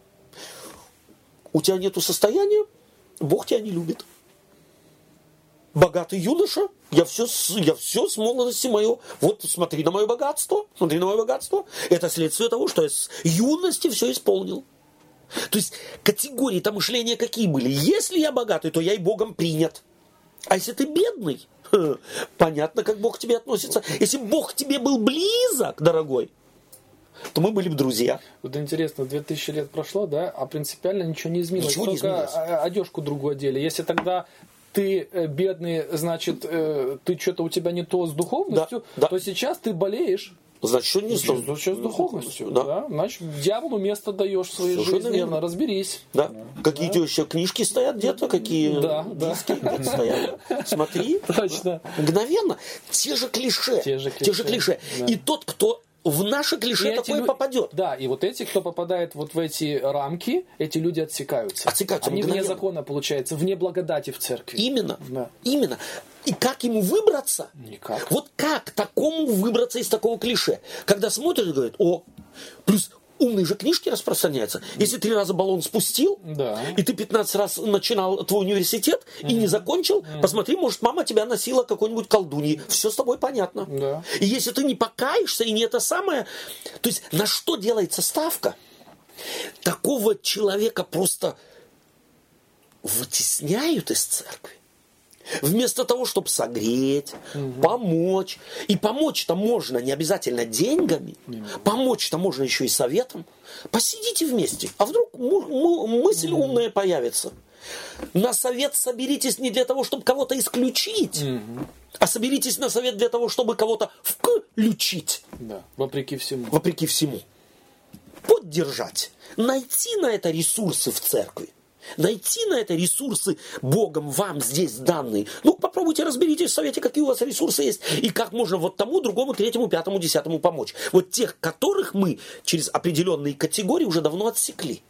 У тебя нету состояния, Бог тебя не любит. Богатый юноша, я все, я все с молодости мое. Вот смотри на мое богатство, смотри на мое богатство. Это следствие того, что я с юности все исполнил. То есть категории-то мышления какие были? Если я богатый, то я и Богом принят. А если ты бедный, понятно, как Бог к тебе относится. Если Бог к тебе был близок, дорогой, то мы были бы друзья. Вот интересно, две тысячи лет прошло, да, а принципиально ничего не изменилось. Ничего Только не изменилось. Одежку другую одели. Если тогда ты бедный, значит, ты что-то у тебя не то с духовностью, да, да. то сейчас ты болеешь. Значит, что не значит, значит, с духовностью. Да. Да. Значит, дьяволу место даешь в своей Совершенно жизни. верно. Разберись. Да. Да. Какие да. еще книжки стоят где-то, какие да, диски да. стоят. Смотри. Точно. Мгновенно. Те же клише. Те же клише. Те же клише. Да. И тот, кто в наше клише и такое лю... попадет. Да, и вот эти, кто попадает вот в эти рамки, эти люди отсекаются. Отсекаются. Они мгновенно. вне закона, получается, вне благодати в церкви. Именно. Да. Именно. И как ему выбраться? Никак. Вот как такому выбраться из такого клише? Когда смотришь и говорят, о, плюс умные же книжки распространяются. Если три раза баллон спустил, да. и ты пятнадцать раз начинал твой университет и mm-hmm. не закончил, mm-hmm. посмотри, может, мама тебя носила какой-нибудь колдуньей. Все с тобой понятно. Да. И если ты не покаешься и не это самое... То есть на что делается ставка? Такого человека просто вытесняют из церкви. Вместо того, чтобы согреть, угу. помочь. И помочь-то можно не обязательно деньгами. Угу. Помочь-то можно еще и советом. Посидите вместе. А вдруг мысль угу. умная появится. На совет соберитесь не для того, чтобы кого-то исключить, угу. а соберитесь на совет для того, чтобы кого-то включить. Да, вопреки всему. Вопреки всему. Поддержать. Найти на это ресурсы в церкви. Найти на это ресурсы Богом вам здесь данные. Ну, попробуйте разберитесь в совете, какие у вас ресурсы есть, и как можно вот тому, другому, третьему, пятому, десятому помочь. Вот тех, которых мы через определенные категории уже давно отсекли.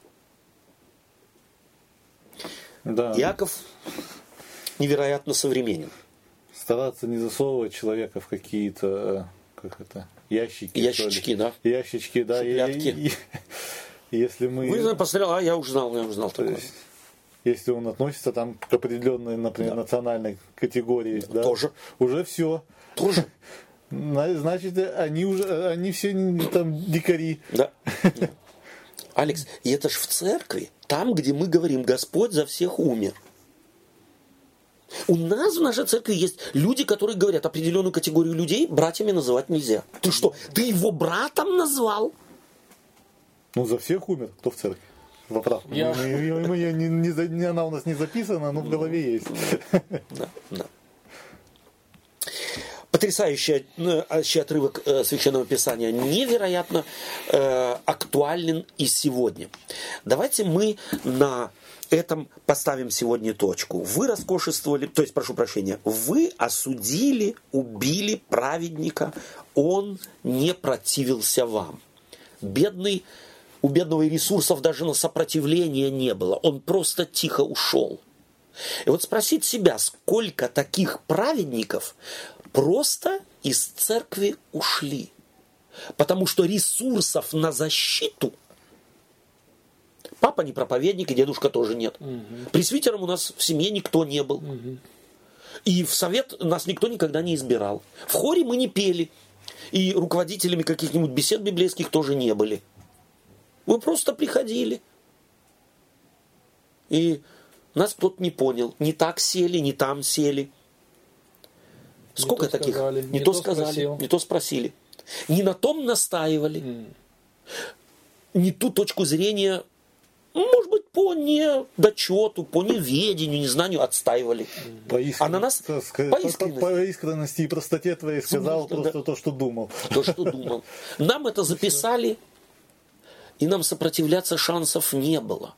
Да. Яков невероятно современен. Стараться не засовывать человека в какие-то, как это, ящики. Ящички, да. Ящички, да. Шуплятки. И, и, если мы... Вы посмотрели, а я уже знал, я уже знал такое. Есть, если он относится там к определенной, например, да. национальной категории, да, тоже. Уже все. Тоже. Значит, они уже, они все там дикари. Да. Алекс, и это ж в церкви, там, где мы говорим, Господь за всех умер. У нас в нашей церкви есть люди, которые говорят, определенную категорию людей братьями называть нельзя. Ты что, ты его братом назвал? Ну, за всех умер, кто в церкви. Вопрос. Я... Мы, мы, мы, не, не, не, она у нас не записана, но в голове есть. Да, да. Потрясающий отрывок Священного Писания, невероятно э, актуален и сегодня. Давайте мы на этом поставим сегодня точку. Вы роскошествовали, то есть, прошу прощения, вы осудили, убили праведника, он не противился вам. Бедный, у бедного и ресурсов даже на сопротивление не было, он просто тихо ушел. И вот спросить себя, сколько таких праведников просто из церкви ушли. Потому что ресурсов на защиту папа не проповедник, и дедушка тоже нет. Угу. Пресвитером у нас в семье никто не был. Угу. И в совет нас никто никогда не избирал. В хоре мы не пели. И руководителями каких-нибудь бесед библейских тоже не были. Мы просто приходили. И нас кто-то не понял. Не так сели, не там сели. Сколько не таких? Сказали, не, не то то сказали, спросил. не то спросили. Не на том настаивали. Mm. Не ту точку зрения, может быть, по недочету, по неведению, незнанию отстаивали. По а на нас по, по, искренности. по искренности и простоте твоей сказал Слушай, просто да. то, что думал. То, что думал. Нам это записали, и нам сопротивляться шансов не было.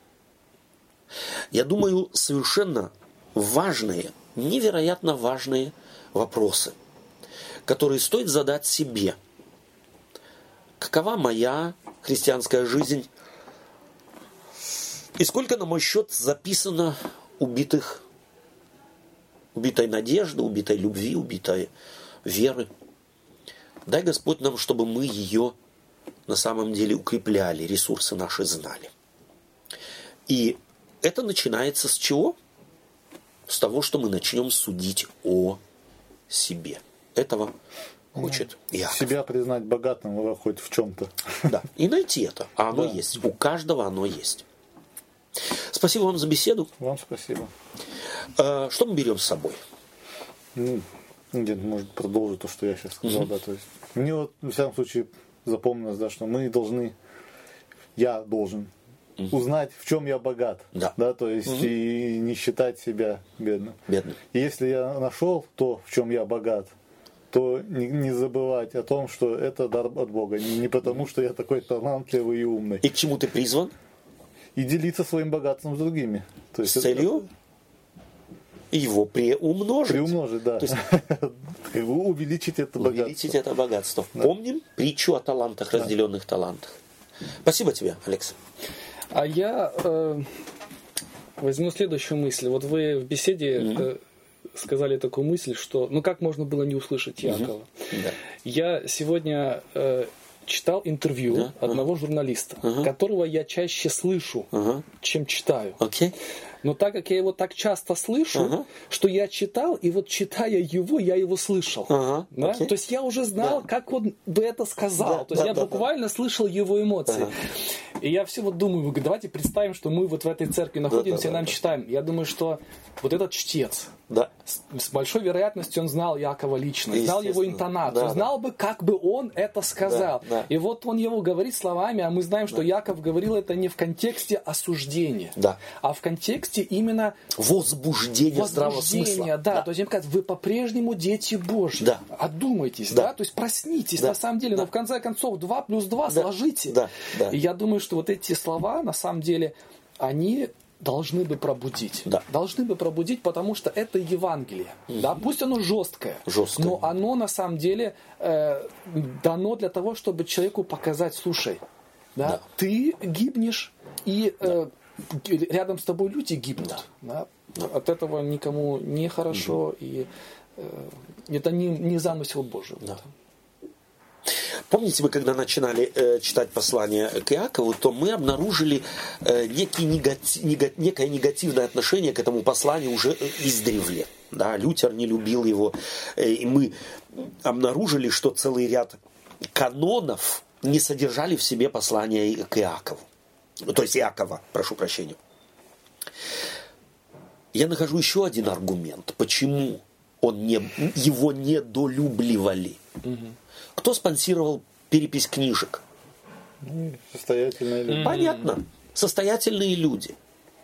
Я думаю, совершенно важные, невероятно важные вопросы, которые стоит задать себе. Какова моя христианская жизнь? И сколько на мой счет записано убитых, убитой надежды, убитой любви, убитой веры? Дай Господь нам, чтобы мы ее на самом деле укрепляли, ресурсы наши знали. И это начинается с чего? С того, что мы начнем судить о себе. Этого хочет Иаков. Себя признать богатым хоть в чем-то. Да, и найти это. А оно да. есть. У каждого оно есть. Спасибо вам за беседу. Вам спасибо. Что мы берем с собой? Ну, где может продолжить то, что я сейчас сказал. Угу. Да, то есть, мне вот, в всяком случае, запомнилось, да, что мы должны, я должен угу. узнать, в чем я богат. Да. Да, то есть, угу. и не считать себя бедным. Бедным. И если я нашел то, в чем я богат, то не, не забывать о том, что это дар от Бога. Не, не потому, что я такой талантливый и умный. И к чему ты призван? И делиться своим богатством с другими. То есть, с целью это... его приумножить. Приумножить, да. То есть... увеличить это богатство. Увеличить это богатство. Да. Помним притчу о талантах, да. разделенных талантах. Спасибо тебе, Алекс. А я э, возьму следующую мысль. Вот вы в беседе mm-hmm. э, сказали такую мысль, что ну как можно было не услышать Иакова. Mm-hmm. Да. Я сегодня э, читал интервью да? одного ага. журналиста, ага. которого я чаще слышу, ага. чем читаю. Okay. Но так как я его так часто слышу, ага. что я читал, и вот читая его, я его слышал. Ага. Да? Okay. То есть я уже знал, да. как он бы это сказал. Да, То есть да, я да, буквально да. слышал его эмоции. Ага. И я все вот думаю, давайте представим, что мы вот в этой церкви находимся да, да, и нам да. читаем. Я думаю, что вот этот чтец, да. с, с большой вероятностью он знал Иакова лично, знал его интонацию, да, знал да. бы, как бы он это сказал. Да, да. И вот он его говорит словами, а мы знаем, что да. Иаков говорил это не в контексте осуждения, да. а в контексте именно возбуждения, здравого смысла. Да, да. То есть им говорят, вы по-прежнему дети Божьи. Да. Одумайтесь, да. да, то есть проснитесь да. на самом деле, да. но в конце концов два плюс два да. сложите. Да. Да. И я думаю, что вот эти слова, на самом деле, они должны бы пробудить. Да. Должны бы пробудить, потому что это Евангелие. Угу. Да? Пусть оно жесткое, жесткое, но оно на самом деле э, дано для того, чтобы человеку показать, слушай, да, да. ты гибнешь, и э, да. рядом с тобой люди гибнут. Да. Да? Да. От этого никому не хорошо, угу. и э, это не, не замысел Божий. Да. Помните, мы когда начинали э, читать послание к Иакову, то мы обнаружили э, некий негати, нега, некое негативное отношение к этому посланию уже издревле. Да, Лютер не любил его, э, и мы обнаружили, что целый ряд канонов не содержали в себе послание к Иакову. То есть Иакова, прошу прощения. Я нахожу еще один аргумент, почему он не, его недолюбливали. Угу. Кто спонсировал перепись книжек? Состоятельные люди. Понятно. Состоятельные люди.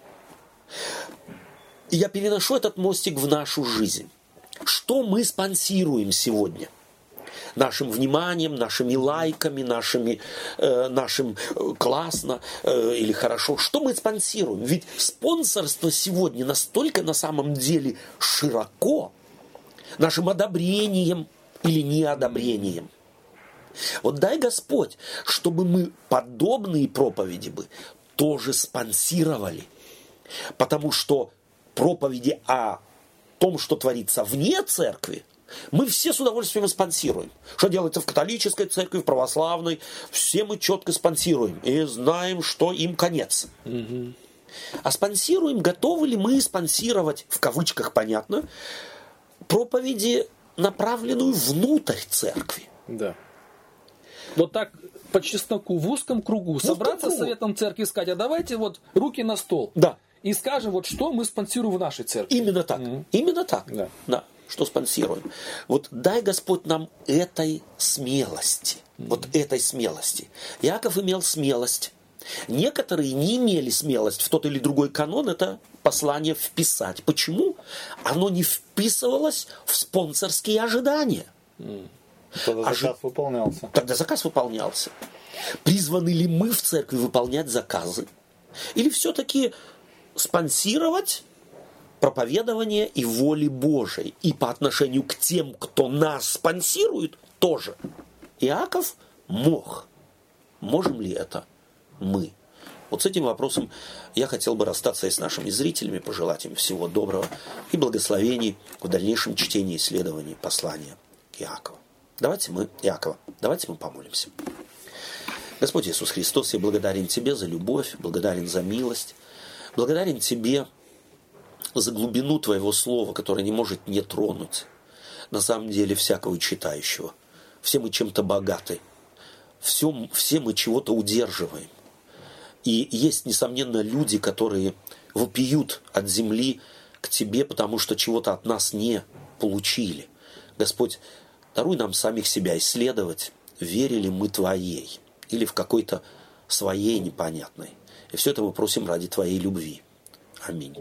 И я переношу этот мостик в нашу жизнь. Что мы спонсируем сегодня? Нашим вниманием, нашими лайками, нашими, э, нашим э, классно э, или хорошо. Что мы спонсируем? Ведь спонсорство сегодня настолько на самом деле широко, нашим одобрением или неодобрением. Вот дай Господь, чтобы мы подобные проповеди бы тоже спонсировали. Потому что проповеди о том, что творится вне церкви, мы все с удовольствием спонсируем. Что делается в католической церкви, в православной, все мы четко спонсируем и знаем, что им конец. Угу. А спонсируем, готовы ли мы спонсировать, в кавычках понятно, проповеди, направленную внутрь церкви. Да. Вот так по чесноку в узком кругу в собраться кругу. С советом церкви и сказать, а давайте вот руки на стол. Да. И скажем, вот что мы спонсируем в нашей церкви. Именно так. Mm-hmm. Именно так. Да. Да. Что спонсируем. Вот дай Господь нам этой смелости. Mm-hmm. Вот этой смелости. Иаков имел смелость. Некоторые не имели смелость в тот или другой канон это послание вписать. Почему? Оно не вписывалось в спонсорские ожидания. Mm. Тогда заказ Ожи... выполнялся. Тогда заказ выполнялся. Призваны ли мы в церкви выполнять заказы? Или все-таки спонсировать проповедование и воли Божией? И по отношению к тем, кто нас спонсирует, тоже. Иаков мог. Можем ли это мы? Вот с этим вопросом я хотел бы расстаться и с нашими зрителями, пожелать им всего доброго и благословений в дальнейшем чтении и исследовании послания к Иакову. Давайте мы, Иакова, давайте мы помолимся. Господь Иисус Христос, я благодарен Тебе за любовь, благодарен за милость, благодарен Тебе за глубину Твоего Слова, которое не может не тронуть на самом деле всякого читающего. Все мы чем-то богаты, все, все мы чего-то удерживаем. И есть, несомненно, люди, которые вопиют от земли к Тебе, потому что чего-то от нас не получили. Господь, даруй нам самих себя исследовать, верили мы Твоей или в какой-то своей непонятной. И все это мы просим ради Твоей любви. Аминь.